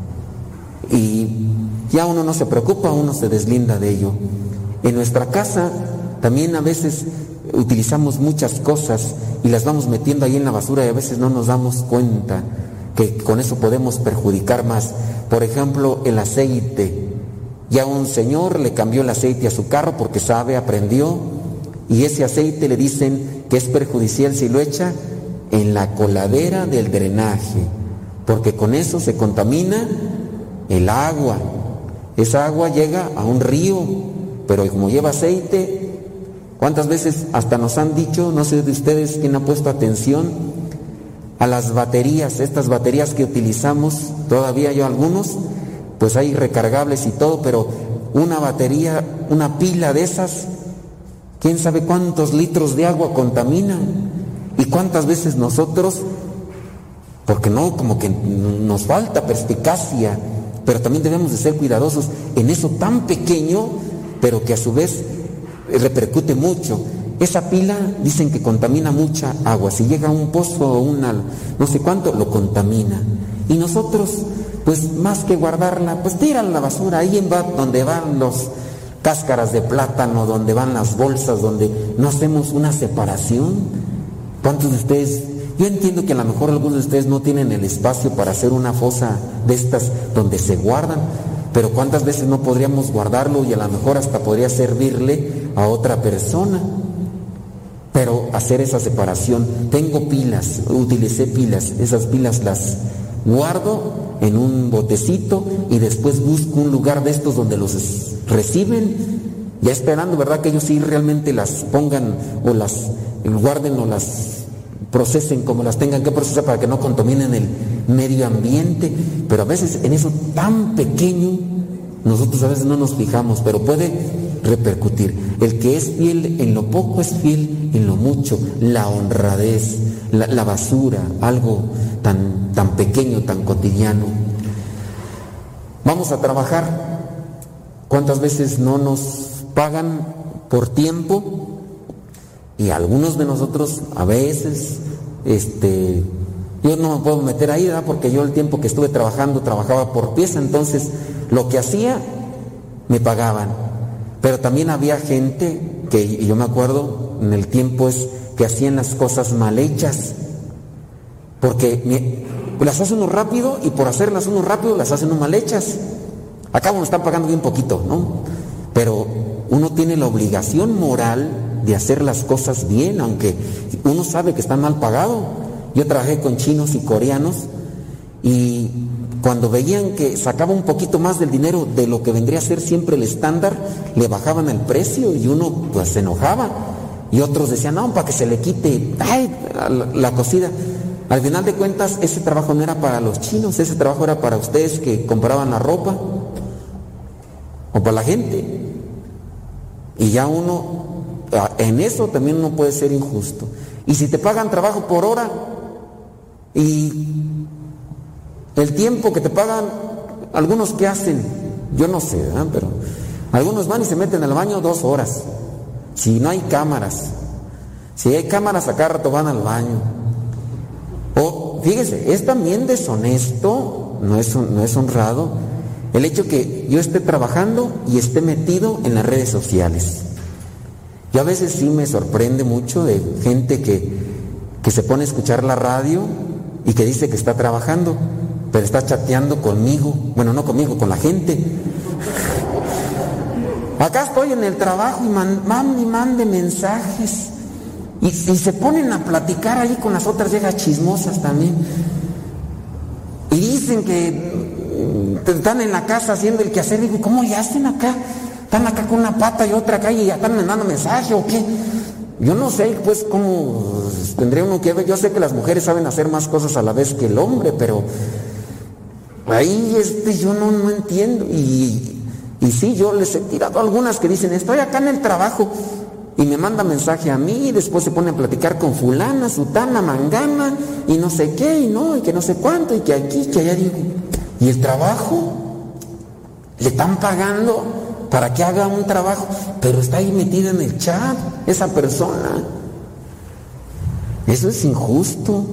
y ya uno no se preocupa, uno se deslinda de ello. En nuestra casa también a veces utilizamos muchas cosas y las vamos metiendo ahí en la basura y a veces no nos damos cuenta que con eso podemos perjudicar más. Por ejemplo, el aceite. Ya un señor le cambió el aceite a su carro porque sabe, aprendió, y ese aceite le dicen que es perjudicial si lo echa en la coladera del drenaje, porque con eso se contamina el agua. Esa agua llega a un río, pero como lleva aceite, ¿cuántas veces hasta nos han dicho, no sé de ustedes quién ha puesto atención, a las baterías, estas baterías que utilizamos, todavía yo algunos, pues hay recargables y todo, pero una batería, una pila de esas, quién sabe cuántos litros de agua contamina, y cuántas veces nosotros, porque no, como que nos falta perspicacia, pero también debemos de ser cuidadosos en eso tan pequeño, pero que a su vez repercute mucho. Esa pila dicen que contamina mucha agua, si llega a un pozo o una no sé cuánto, lo contamina, y nosotros pues más que guardarla, pues tiran la basura, ahí en va, donde van los cáscaras de plátano, donde van las bolsas, donde no hacemos una separación. ¿Cuántos de ustedes? Yo entiendo que a lo mejor algunos de ustedes no tienen el espacio para hacer una fosa de estas donde se guardan, pero ¿cuántas veces no podríamos guardarlo y a lo mejor hasta podría servirle a otra persona? Pero hacer esa separación. Tengo pilas, utilicé pilas, esas pilas las guardo en un botecito y después busco un lugar de estos donde los reciben, ya esperando, ¿verdad?, que ellos sí realmente las pongan o las guarden o las procesen como las tengan que procesar para que no contaminen el medio ambiente. Pero a veces en eso tan pequeño nosotros a veces no nos fijamos, pero puede repercutir. El que es fiel en lo poco es fiel en lo mucho. La honradez, la, la basura, algo tan, tan pequeño, tan cotidiano. Vamos a trabajar. ¿Cuántas veces no nos pagan por tiempo? Y algunos de nosotros a veces, este, yo no me puedo meter ahí, ¿verdad?, porque yo el tiempo que estuve trabajando, trabajaba por pieza, entonces lo que hacía, me pagaban. Pero también había gente que, y yo me acuerdo en el tiempo, es que hacían las cosas mal hechas, porque las hace uno rápido y por hacerlas uno rápido las hacen uno mal hechas. Acá uno está pagando bien poquito, ¿no? Pero uno tiene la obligación moral de hacer las cosas bien, aunque uno sabe que está mal pagado. Yo trabajé con chinos y coreanos y cuando veían que sacaba un poquito más del dinero de lo que vendría a ser siempre el estándar, le bajaban el precio y uno pues se enojaba. Y otros decían, no, para que se le quite, ay, la, la cocida. Al final de cuentas, ese trabajo no era para los chinos, ese trabajo era para ustedes que compraban la ropa o para la gente. Y ya uno, en eso también uno puede ser injusto. Y si te pagan trabajo por hora y el tiempo que te pagan, algunos que hacen, yo no sé, ¿verdad? Pero algunos van y se meten al baño dos horas. Si no hay cámaras, si hay cámaras a cada rato van al baño. O fíjese, es también deshonesto, no es, no es honrado, el hecho que yo esté trabajando y esté metido en las redes sociales. Yo a veces sí me sorprende mucho de gente que, que se pone a escuchar la radio y que dice que está trabajando, pero está chateando conmigo, bueno, no conmigo, con la gente. Acá estoy en el trabajo y man, mande y mande mensajes. Y, y se ponen a platicar ahí con las otras viejas chismosas también. Y dicen que mm, están en la casa haciendo el quehacer. Digo, ¿cómo le hacen acá? Están acá con una pata y otra acá y ya están mandando mensaje o qué. Yo no sé, pues, cómo tendría uno que ver. Yo sé que las mujeres saben hacer más cosas a la vez que el hombre, pero ahí este, yo no, no entiendo. Y, y sí, yo les he tirado algunas que dicen, estoy acá en el trabajo. Y me manda mensaje a mí, y después se pone a platicar con fulana, sutana, mangana, y no sé qué, y no, y que no sé cuánto, y que aquí, que allá. Digo, ¿y el trabajo? ¿Le están pagando para que haga un trabajo? Pero está ahí metida en el chat, esa persona. Eso es injusto.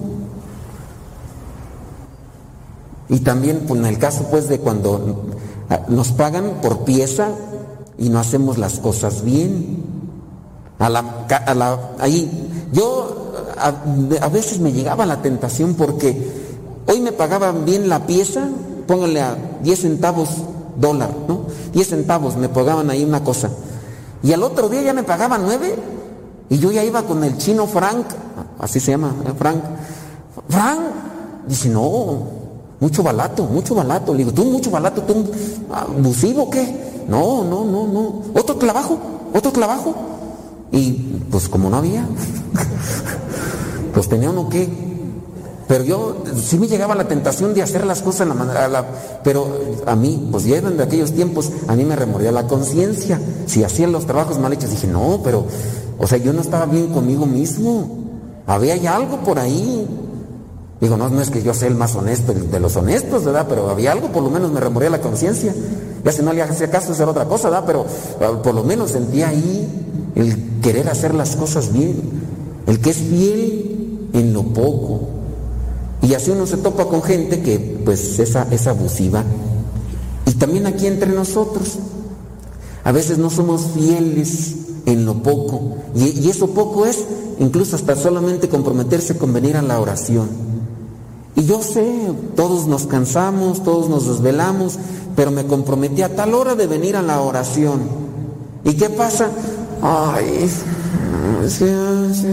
Y también, pues, en el caso, pues, de cuando nos pagan por pieza y no hacemos las cosas bien. A la, a la, ahí, yo a, a veces me llegaba la tentación porque hoy me pagaban bien la pieza, pónganle a diez centavos dólar, ¿no? diez centavos me pagaban ahí una cosa. Y al otro día ya me pagaban nueve y yo ya iba con el chino Frank, así se llama, ¿eh? Frank. Frank, dice, no, mucho balato, mucho balato. Le digo, ¿tú mucho balato, tú abusivo o qué? No, no, no, no. ¿Otro trabajo? ¿Otro trabajo? Y pues como no había, pues tenía uno que, pero yo sí me llegaba la tentación de hacer las cosas a la manera, a la, pero a mí, pues ya eran de aquellos tiempos, a mí me remordía la conciencia, si hacían los trabajos mal hechos, dije, no, pero, o sea, yo no estaba bien conmigo mismo, había ya algo por ahí. Digo, no, no es que yo sea el más honesto de los honestos, ¿verdad? Pero había algo, por lo menos me remordía la conciencia. Ya si no le hacía caso, eso era otra cosa, ¿verdad? Pero por lo menos sentía ahí el querer hacer las cosas bien, el que es fiel en lo poco. Y así uno se topa con gente que pues es, es abusiva. Y también aquí entre nosotros, a veces no somos fieles en lo poco. Y, y eso poco es incluso hasta solamente comprometerse con venir a la oración. Y yo sé, todos nos cansamos, todos nos desvelamos, pero me comprometí a tal hora de venir a la oración. ¿Y qué pasa? Ay, sí, sí.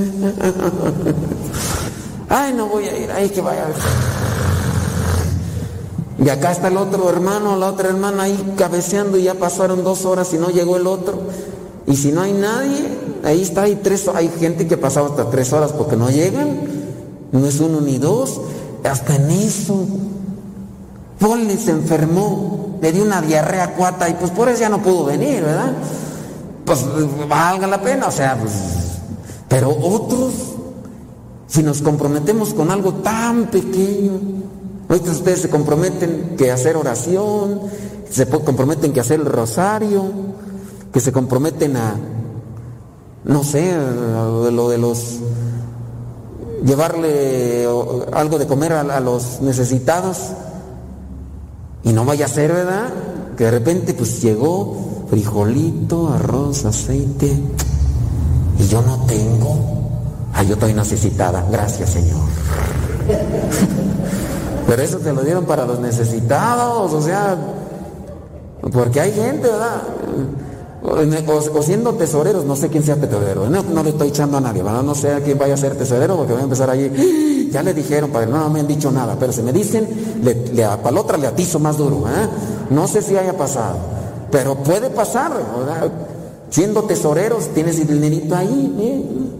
Ay, no voy a ir, ay, que vaya. Y acá está el otro hermano, la otra hermana ahí cabeceando y ya pasaron dos horas y no llegó el otro. Y si no hay nadie, ahí está, hay tres, hay gente que ha pasado hasta tres horas porque no llegan. No es uno ni dos. Hasta en eso. Poli se enfermó, le dio una diarrea cuata y pues por eso ya no pudo venir, ¿verdad? Pues valga la pena, o sea, pues, pero otros, si nos comprometemos con algo tan pequeño, ahorita ustedes se comprometen que hacer oración, se comprometen que hacer el rosario, que se comprometen a, no sé, a lo de los, llevarle algo de comer a, a los necesitados, y no vaya a ser, ¿verdad?, que de repente pues llegó frijolito, arroz, aceite, y yo no tengo. Ah, yo estoy necesitada, gracias Señor. Pero eso te lo dieron para los necesitados, o sea, porque hay gente, ¿verdad? O, o siendo tesoreros, no sé quién sea tesorero, no, no le estoy echando a nadie, ¿verdad? No sé a quién vaya a ser tesorero, porque voy a empezar allí. Ya le dijeron, padre, no, no me han dicho nada, pero si me dicen, le, le, para la otra le atizo más duro, ¿eh? No sé si haya pasado, pero puede pasar, ¿verdad? Siendo tesoreros, tienes el dinerito ahí, ¿eh?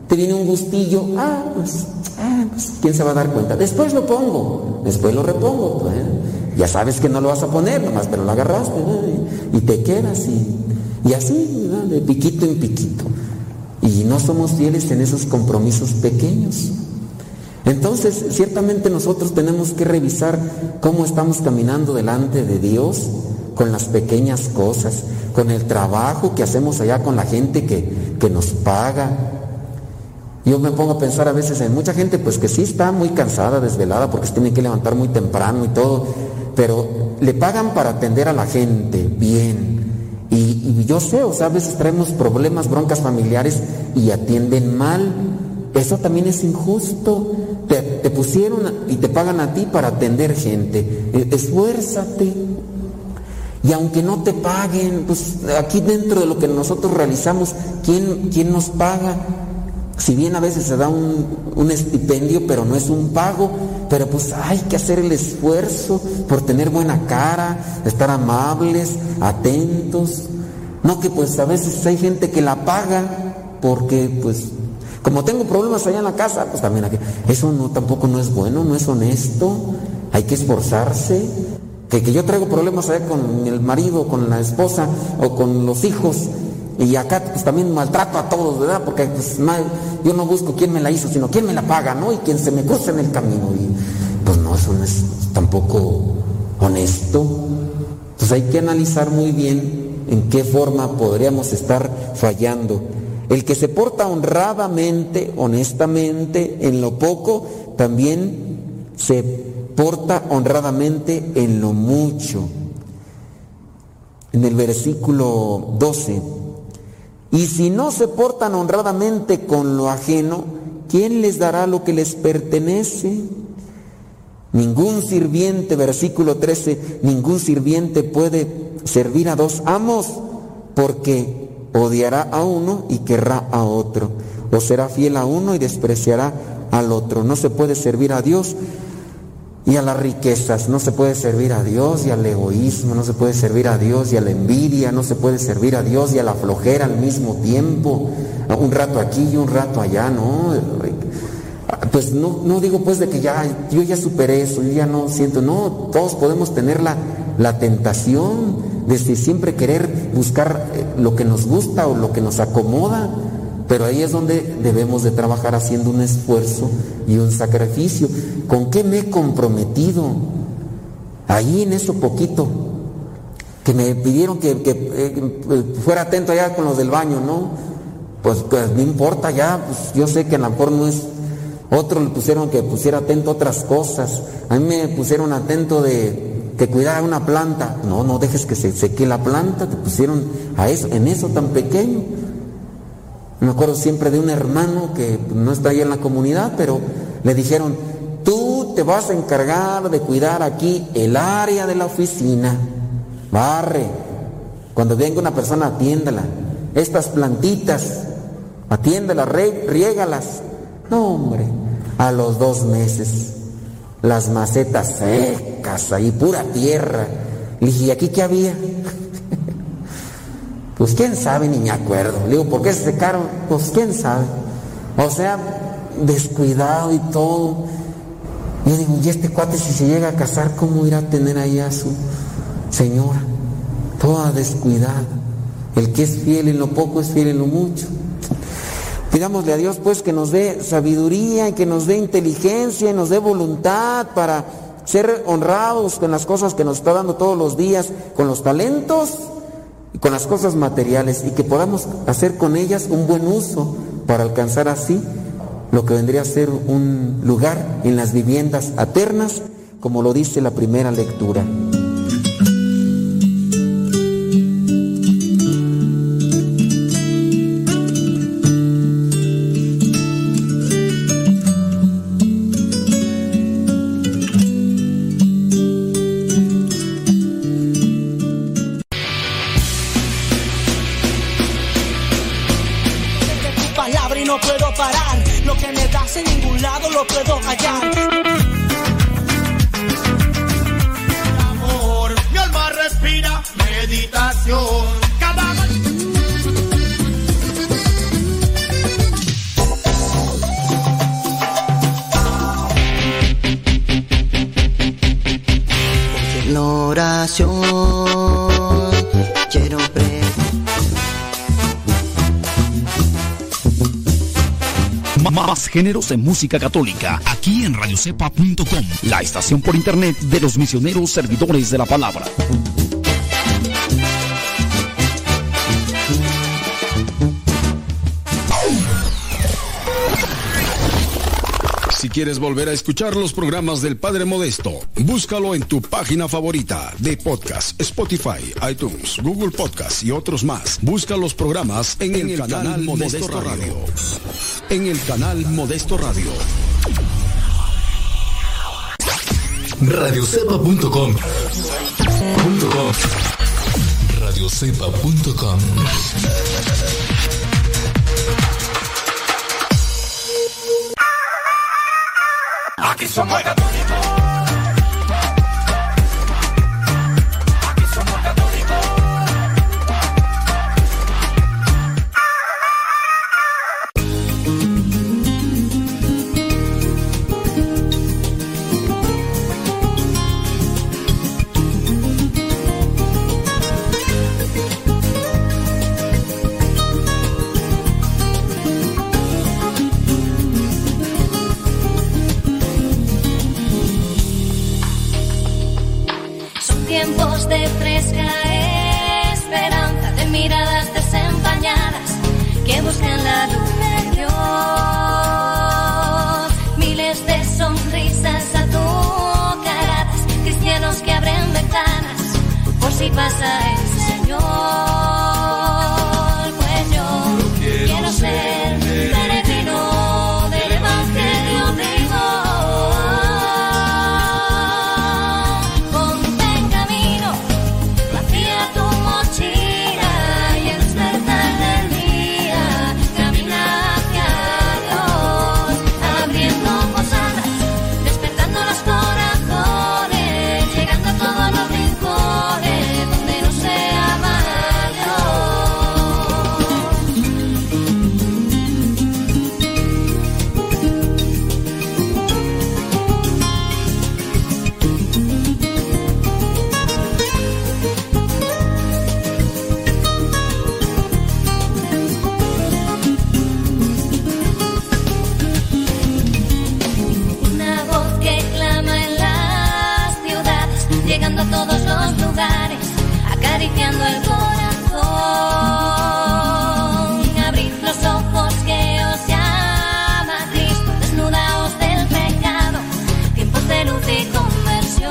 te viene un gustillo, ah, pues, ah, pues, ¿quién se va a dar cuenta? Después lo pongo, después lo repongo, pues, ya sabes que no lo vas a poner, nomás, pero lo agarraste, ¿eh? Y te quedas, y, y así, ¿verdad? De piquito en piquito. Y no somos fieles en esos compromisos pequeños. Entonces, ciertamente nosotros tenemos que revisar cómo estamos caminando delante de Dios con las pequeñas cosas, con el trabajo que hacemos allá con la gente que, que nos paga. Yo me pongo a pensar a veces en mucha gente pues que sí está muy cansada, desvelada, porque se tiene que levantar muy temprano y todo, pero le pagan para atender a la gente bien. Y, y yo sé, o sea, a veces traemos problemas, broncas familiares y atienden mal. Eso también es injusto. Te, te pusieron y te pagan a ti para atender gente. E, esfuérzate. Y aunque no te paguen, pues aquí dentro de lo que nosotros realizamos, ¿quién, quién nos paga? Si bien a veces se da un, un estipendio, pero no es un pago, pero pues hay que hacer el esfuerzo por tener buena cara, estar amables, atentos. No que pues a veces hay gente que la paga porque pues como tengo problemas allá en la casa, pues también aquí. Eso no, tampoco no es bueno, no es honesto. Hay que esforzarse. Que, que yo traigo problemas allá con el marido, con la esposa o con los hijos. Y acá pues también maltrato a todos, ¿verdad? Porque pues, no, yo no busco quién me la hizo, sino quién me la paga, ¿no? Y quien se me cruza en el camino. Y pues no, eso no es tampoco honesto. Entonces hay que analizar muy bien en qué forma podríamos estar fallando. El que se porta honradamente, honestamente, en lo poco, también se porta honradamente en lo mucho. En el versículo doce. Y si no se portan honradamente con lo ajeno, ¿quién les dará lo que les pertenece? Ningún sirviente, versículo trece, ningún sirviente puede servir a dos amos, porque odiará a uno y querrá a otro, o será fiel a uno y despreciará al otro. No se puede servir a Dios y a las riquezas, no se puede servir a Dios y al egoísmo, no se puede servir a Dios y a la envidia, no se puede servir a Dios y a la flojera al mismo tiempo, un rato aquí y un rato allá, ¿no? Pues no, no digo pues de que ya, yo ya superé eso, yo ya no siento, no, todos podemos tener la, la tentación de siempre querer buscar lo que nos gusta o lo que nos acomoda, pero ahí es donde debemos de trabajar haciendo un esfuerzo y un sacrificio. ¿Con qué me he comprometido? Ahí en eso poquito, que me pidieron que, que eh, fuera atento allá con los del baño, ¿no? Pues, pues no importa ya, pues yo sé que a lo mejor no es, otros le pusieron que pusiera atento a otras cosas, a mí me pusieron atento de que cuidara una planta, no, no dejes que se seque la planta, te pusieron a eso, en eso tan pequeño. Me acuerdo siempre de un hermano que no está ahí en la comunidad, pero le dijeron, tú te vas a encargar de cuidar aquí el área de la oficina, barre, cuando venga una persona atiéndala, estas plantitas, atiéndelas, riégalas. No, hombre, a los dos meses, las macetas secas, ahí pura tierra. Le dije, ¿y aquí qué había? Pues quién sabe, ni me acuerdo. Le digo, ¿por qué se secaron? Pues quién sabe. O sea, descuidado y todo. Yo digo, y este cuate si se llega a casar, ¿cómo irá a tener ahí a su señora? Toda descuidada. El que es fiel en lo poco es fiel en lo mucho. Pidámosle a Dios pues que nos dé sabiduría y que nos dé inteligencia y nos dé voluntad para ser honrados con las cosas que nos está dando todos los días, con los talentos y con las cosas materiales, y que podamos hacer con ellas un buen uso para alcanzar así lo que vendría a ser un lugar en las viviendas eternas, como lo dice la primera lectura. No puedo parar, lo que me das en ningún lado lo puedo hallar. Amor, mi alma respira meditación. Cada Más géneros en música católica, aquí en radio cepa punto com, la estación por internet de los misioneros servidores de la palabra. Si quieres volver a escuchar los programas del Padre Modesto, búscalo en tu página favorita de podcast, Spotify, iTunes, Google Podcast y otros más. Busca los programas en, en el, el canal, canal Modesto, Modesto Radio. Radio. En el canal Modesto Radio. radio cepa punto com. radio cepa punto com. Aquí somos católicos. Aquí somos católicos. Tiempos de fresca esperanza, de miradas desempañadas que buscan la luz de Dios. Miles de sonrisas azucaradas, cristianos que abren ventanas por si pasa el Señor. Pues yo quiero ser peregrino del Evangelio de Dios. A todos los lugares, acariciando el corazón. Abrid los ojos que os llama Cristo, desnudaos del pecado, tiempos de luz y conversión.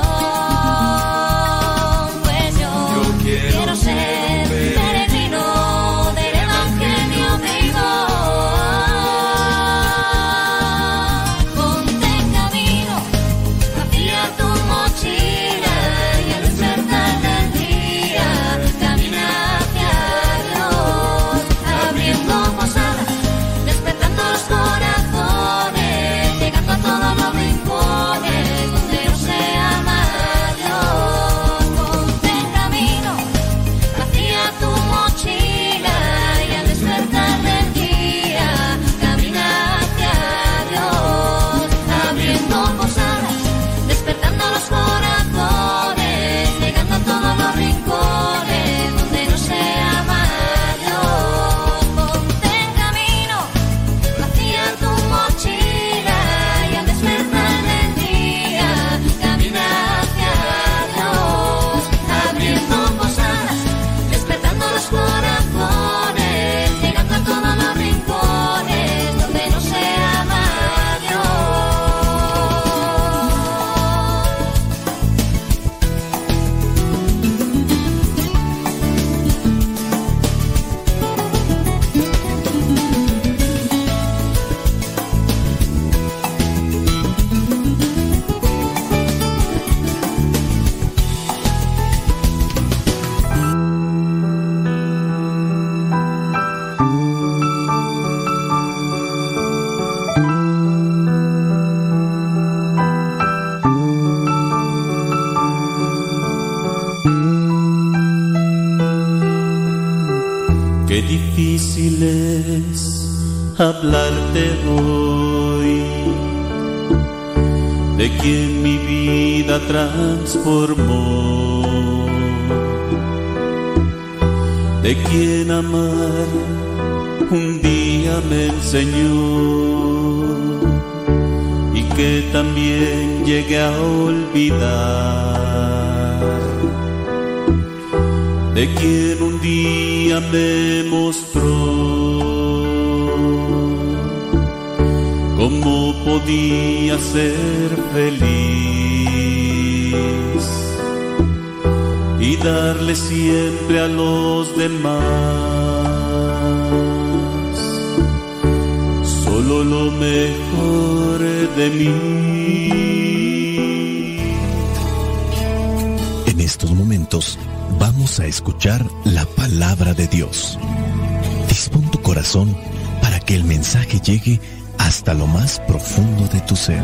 Pues yo, yo quiero, quiero ser peregrino del Evangelio de Dios. Ponte en camino, vacía tu mochila. Qué difícil es hablarte hoy de quien mi vida transformó, de quien amar un día me enseñó. que también llegué a olvidar, de quien un día me mostró cómo podía ser feliz y darle siempre a los demás solo lo mejor de mí. En estos momentos vamos a escuchar la palabra de Dios. Dispón tu corazón para que el mensaje llegue hasta lo más profundo de tu ser.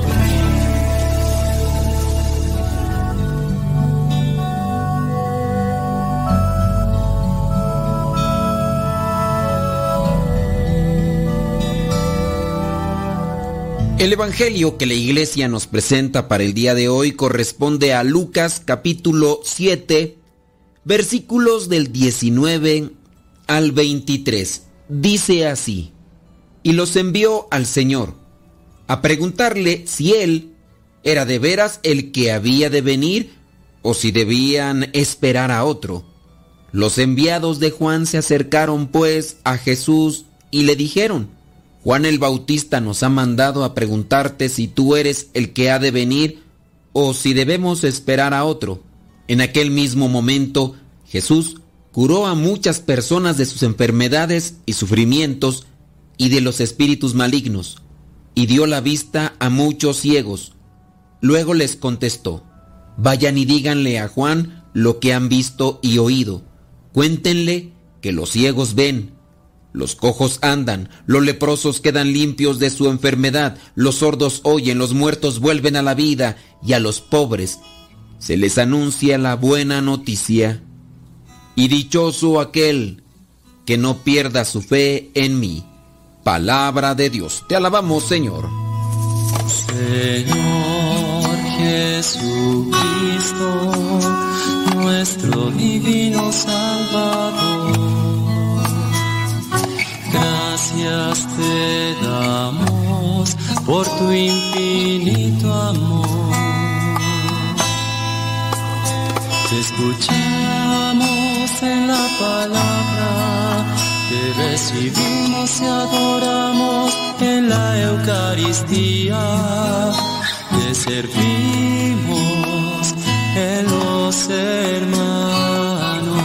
El evangelio que la iglesia nos presenta para el día de hoy corresponde a Lucas capítulo siete, versículos del diecinueve al veintitrés. Dice así: y los envió al Señor a preguntarle si él era de veras el que había de venir o si debían esperar a otro. Los enviados de Juan se acercaron pues a Jesús y le dijeron: Juan el Bautista nos ha mandado a preguntarte si tú eres el que ha de venir o si debemos esperar a otro. En aquel mismo momento Jesús curó a muchas personas de sus enfermedades y sufrimientos y de los espíritus malignos, y dio la vista a muchos ciegos. Luego les contestó: vayan y díganle a Juan lo que han visto y oído. Cuéntenle que los ciegos ven, los cojos andan, los leprosos quedan limpios de su enfermedad, los sordos oyen, los muertos vuelven a la vida, y a los pobres se les anuncia la buena noticia. Y dichoso aquel que no pierda su fe en mí. Palabra de Dios. Te alabamos, Señor. Señor Jesucristo, nuestro divino Salvador, gracias te damos por tu infinito amor. Te escuchamos en la palabra, te recibimos y adoramos en la Eucaristía, te servimos en los hermanos.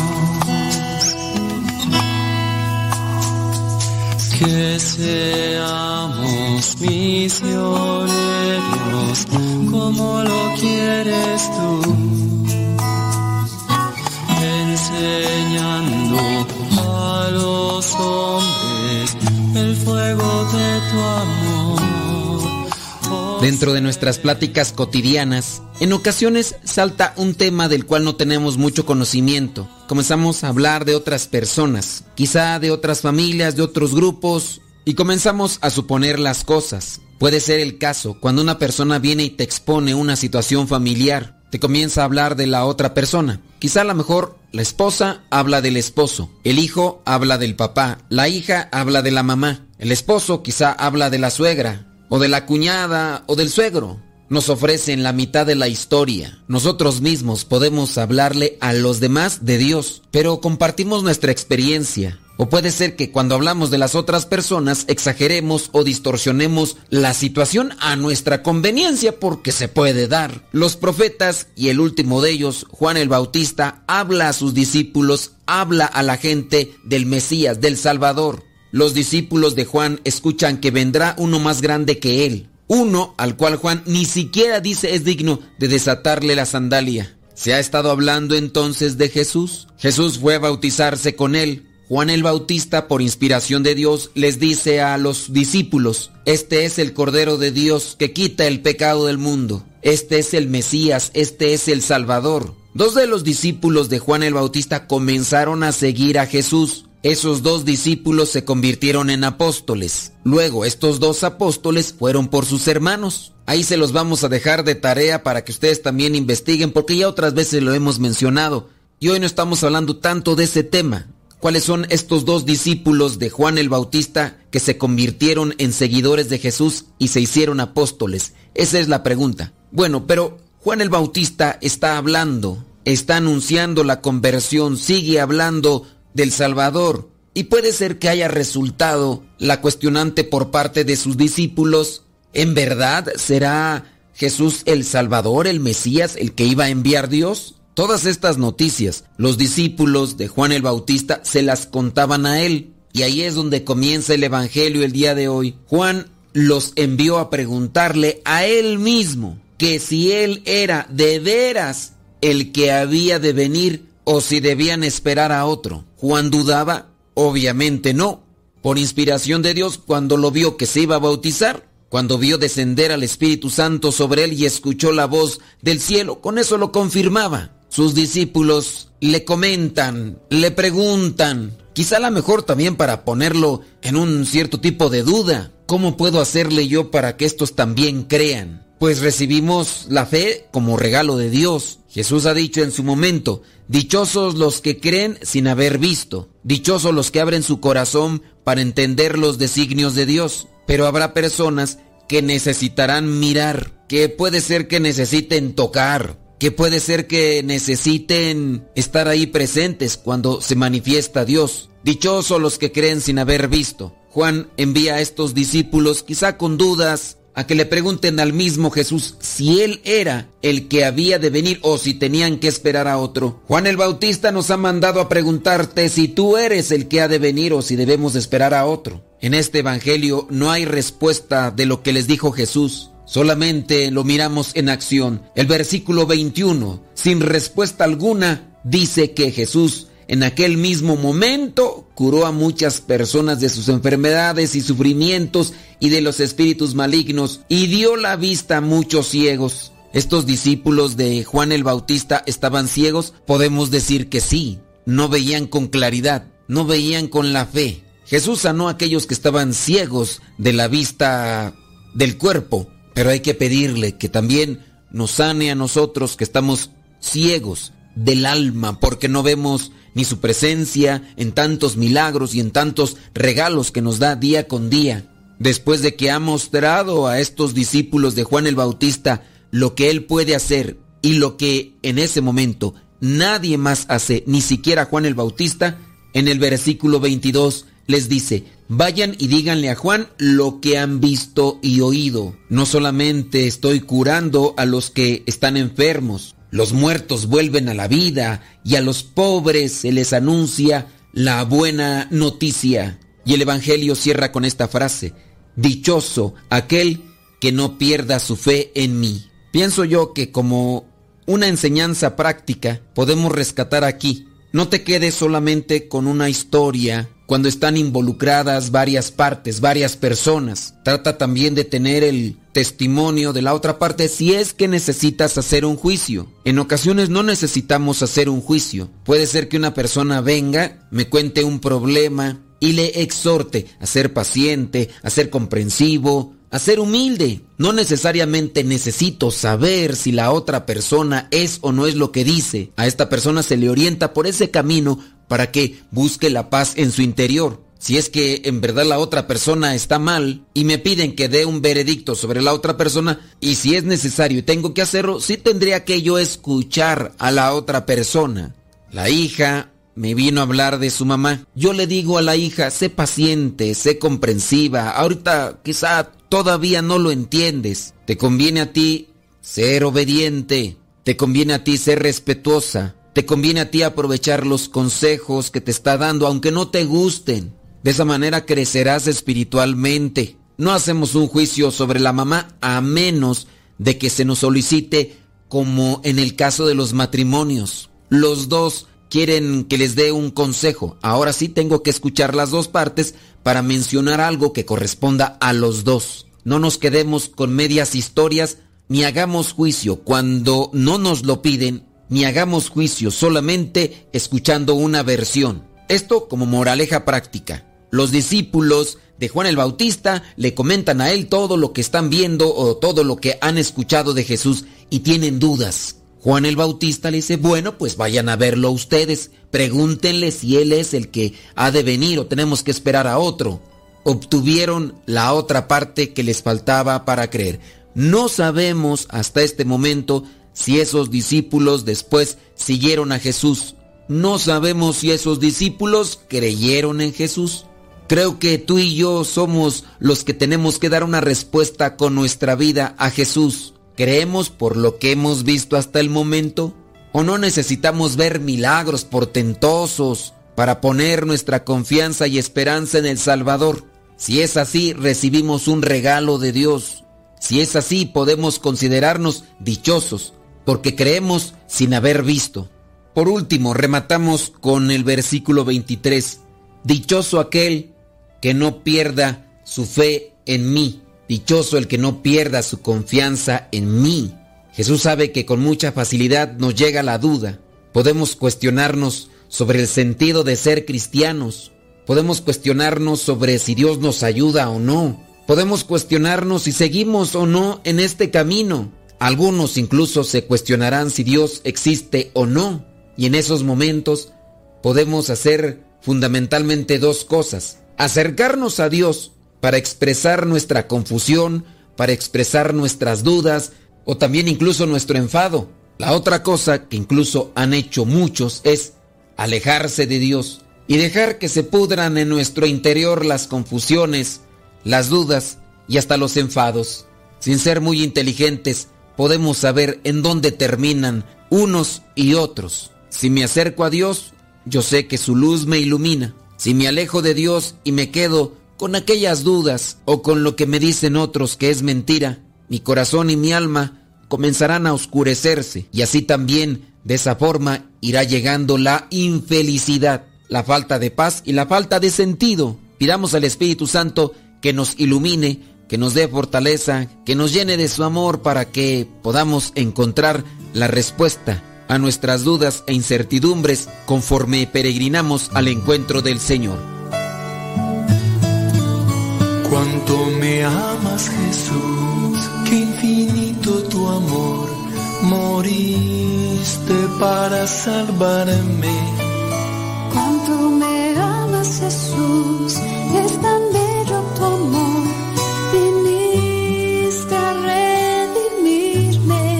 Que seamos misioneros como lo quieres tú, enseñando a los hombres el fuego de tu amor. Oh, dentro de nuestras pláticas cotidianas, en ocasiones salta un tema del cual no tenemos mucho conocimiento. Comenzamos a hablar de otras personas, quizá de otras familias, de otros grupos, y comenzamos a suponer las cosas. Puede ser el caso cuando una persona viene y te expone una situación familiar. Te comienza a hablar de la otra persona. Quizá a lo mejor la esposa habla del esposo, el hijo habla del papá, la hija habla de la mamá, el esposo quizá habla de la suegra, o de la cuñada, o del suegro. Nos ofrecen la mitad de la historia. Nosotros mismos podemos hablarle a los demás de Dios, pero compartimos nuestra experiencia. O puede ser que cuando hablamos de las otras personas exageremos o distorsionemos la situación a nuestra conveniencia, porque se puede dar. Los profetas, y el último de ellos, Juan el Bautista, habla a sus discípulos, habla a la gente del Mesías, del Salvador. Los discípulos de Juan escuchan que vendrá uno más grande que él. Uno al cual Juan ni siquiera dice es digno de desatarle la sandalia. ¿Se ha estado hablando entonces de Jesús? Jesús fue a bautizarse con él. Juan el Bautista, por inspiración de Dios, les dice a los discípulos: este es el Cordero de Dios que quita el pecado del mundo. Este es el Mesías, este es el Salvador. Dos de los discípulos de Juan el Bautista comenzaron a seguir a Jesús. Esos dos discípulos se convirtieron en apóstoles. Luego, estos dos apóstoles fueron por sus hermanos. Ahí se los vamos a dejar de tarea para que ustedes también investiguen, porque ya otras veces lo hemos mencionado. Y hoy no estamos hablando tanto de ese tema. ¿cuáles son estos dos discípulos de Juan el Bautista que se convirtieron en seguidores de Jesús y se hicieron apóstoles? Esa es la pregunta. Bueno, pero Juan el Bautista está hablando, está anunciando la conversión, sigue hablando del Salvador. Y puede ser que haya resultado la cuestionante por parte de sus discípulos. ¿En verdad será Jesús el Salvador, el Mesías, el que iba a enviar Dios? Todas estas noticias, los discípulos de Juan el Bautista se las contaban a él. Y ahí es donde comienza el Evangelio el día de hoy. Juan los envió a preguntarle a él mismo que si él era de veras el que había de venir o si debían esperar a otro. Juan dudaba. Obviamente no. Por inspiración de Dios, cuando lo vio que se iba a bautizar, cuando vio descender al Espíritu Santo sobre él y escuchó la voz del cielo, con eso lo confirmaba. Sus discípulos le comentan, le preguntan, quizá a lo mejor también para ponerlo en un cierto tipo de duda. ¿Cómo puedo hacerle yo para que estos también crean? Pues recibimos la fe como regalo de Dios. Jesús ha dicho en su momento, dichosos los que creen sin haber visto, dichosos los que abren su corazón para entender los designios de Dios. Pero habrá personas que necesitarán mirar, que puede ser que necesiten tocar, que puede ser que necesiten estar ahí presentes cuando se manifiesta Dios. Dichosos los que creen sin haber visto. Juan envía a estos discípulos, quizá con dudas, a que le pregunten al mismo Jesús si él era el que había de venir o si tenían que esperar a otro. Juan el Bautista nos ha mandado a preguntarte si tú eres el que ha de venir o si debemos esperar a otro. En este evangelio no hay respuesta de lo que les dijo Jesús, solamente lo miramos en acción. El versículo veintiuno, sin respuesta alguna, dice que Jesús en aquel mismo momento curó a muchas personas de sus enfermedades y sufrimientos y de los espíritus malignos y dio la vista a muchos ciegos. ¿Estos discípulos de Juan el Bautista estaban ciegos? Podemos decir que sí. No veían con claridad, no veían con la fe. Jesús sanó a aquellos que estaban ciegos de la vista del cuerpo, pero hay que pedirle que también nos sane a nosotros que estamos ciegos del alma, porque no vemos ni su presencia en tantos milagros y en tantos regalos que nos da día con día. Después de que ha mostrado a estos discípulos de Juan el Bautista lo que él puede hacer y lo que en ese momento nadie más hace, ni siquiera Juan el Bautista, en el versículo veintidós les dice, vayan y díganle a Juan lo que han visto y oído. No solamente estoy curando a los que están enfermos, los muertos vuelven a la vida y a los pobres se les anuncia la buena noticia. Y el Evangelio cierra con esta frase, dichoso aquel que no pierda su fe en mí. Pienso yo que como una enseñanza práctica podemos rescatar aquí, no te quedes solamente con una historia cuando están involucradas varias partes, varias personas. Trata también de tener el testimonio de la otra parte si es que necesitas hacer un juicio. En ocasiones no necesitamos hacer un juicio. Puede ser que una persona venga, me cuente un problema y le exhorte a ser paciente, a ser comprensivo, a ser humilde. No necesariamente necesito saber si la otra persona es o no es lo que dice. A esta persona se le orienta por ese camino para que busque la paz en su interior. Si es que en verdad la otra persona está mal y me piden que dé un veredicto sobre la otra persona, y si es necesario y tengo que hacerlo, sí tendría que yo escuchar a la otra persona. La hija me vino a hablar de su mamá. Yo le digo a la hija, sé paciente, sé comprensiva. Ahorita quizá todavía no lo entiendes. Te conviene a ti ser obediente. Te conviene a ti ser respetuosa. Te conviene a ti aprovechar los consejos que te está dando, aunque no te gusten. De esa manera crecerás espiritualmente. No hacemos un juicio sobre la mamá a menos de que se nos solicite, como en el caso de los matrimonios. Los dos quieren que les dé un consejo. Ahora sí tengo que escuchar las dos partes para mencionar algo que corresponda a los dos. No nos quedemos con medias historias, ni hagamos juicio cuando no nos lo piden, ni hagamos juicio solamente escuchando una versión. Esto como moraleja práctica. Los discípulos de Juan el Bautista le comentan a él todo lo que están viendo o todo lo que han escuchado de Jesús y tienen dudas. Juan el Bautista le dice, bueno, pues vayan a verlo ustedes pregúntenle si Él es el que ha de venir o tenemos que esperar a otro. Obtuvieron la otra parte que les faltaba para creer. No sabemos hasta este momento si esos discípulos después siguieron a Jesús. No sabemos si esos discípulos creyeron en Jesús. Creo que tú y yo somos los que tenemos que dar una respuesta con nuestra vida a Jesús. ¿Creemos por lo que hemos visto hasta el momento? ¿O no necesitamos ver milagros portentosos para poner nuestra confianza y esperanza en el Salvador? Si es así, recibimos un regalo de Dios. Si es así, podemos considerarnos dichosos, porque creemos sin haber visto. Por último, rematamos con el versículo veintitrés. Dichoso aquel que no pierda su fe en mí. Dichoso el que no pierda su confianza en mí. Jesús sabe que con mucha facilidad nos llega la duda. Podemos cuestionarnos sobre el sentido de ser cristianos. Podemos cuestionarnos sobre si Dios nos ayuda o no. Podemos cuestionarnos si seguimos o no en este camino. Algunos incluso se cuestionarán si Dios existe o no. Y en esos momentos podemos hacer fundamentalmente dos cosas. Acercarnos a Dios para expresar nuestra confusión, para expresar nuestras dudas o también incluso nuestro enfado. La otra cosa que incluso han hecho muchos es alejarse de Dios y dejar que se pudran en nuestro interior las confusiones, las dudas y hasta los enfados. Sin ser muy inteligentes, podemos saber en dónde terminan unos y otros. Si me acerco a Dios, yo sé que su luz me ilumina. Si me alejo de Dios y me quedo con aquellas dudas o con lo que me dicen otros que es mentira, mi corazón y mi alma comenzarán a oscurecerse y así también de esa forma irá llegando la infelicidad, la falta de paz y la falta de sentido. Pidamos al Espíritu Santo que nos ilumine, que nos dé fortaleza, que nos llene de su amor para que podamos encontrar la respuesta a nuestras dudas e incertidumbres conforme peregrinamos al encuentro del Señor. Cuánto me amas, Jesús, qué infinito tu amor, moriste para salvarme. Cuánto me amas, Jesús, es tan bello tu amor, viniste a redimirme.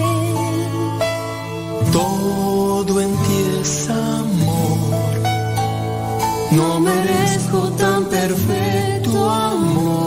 Todo en ti es amor, no merezco tan perfecto amor.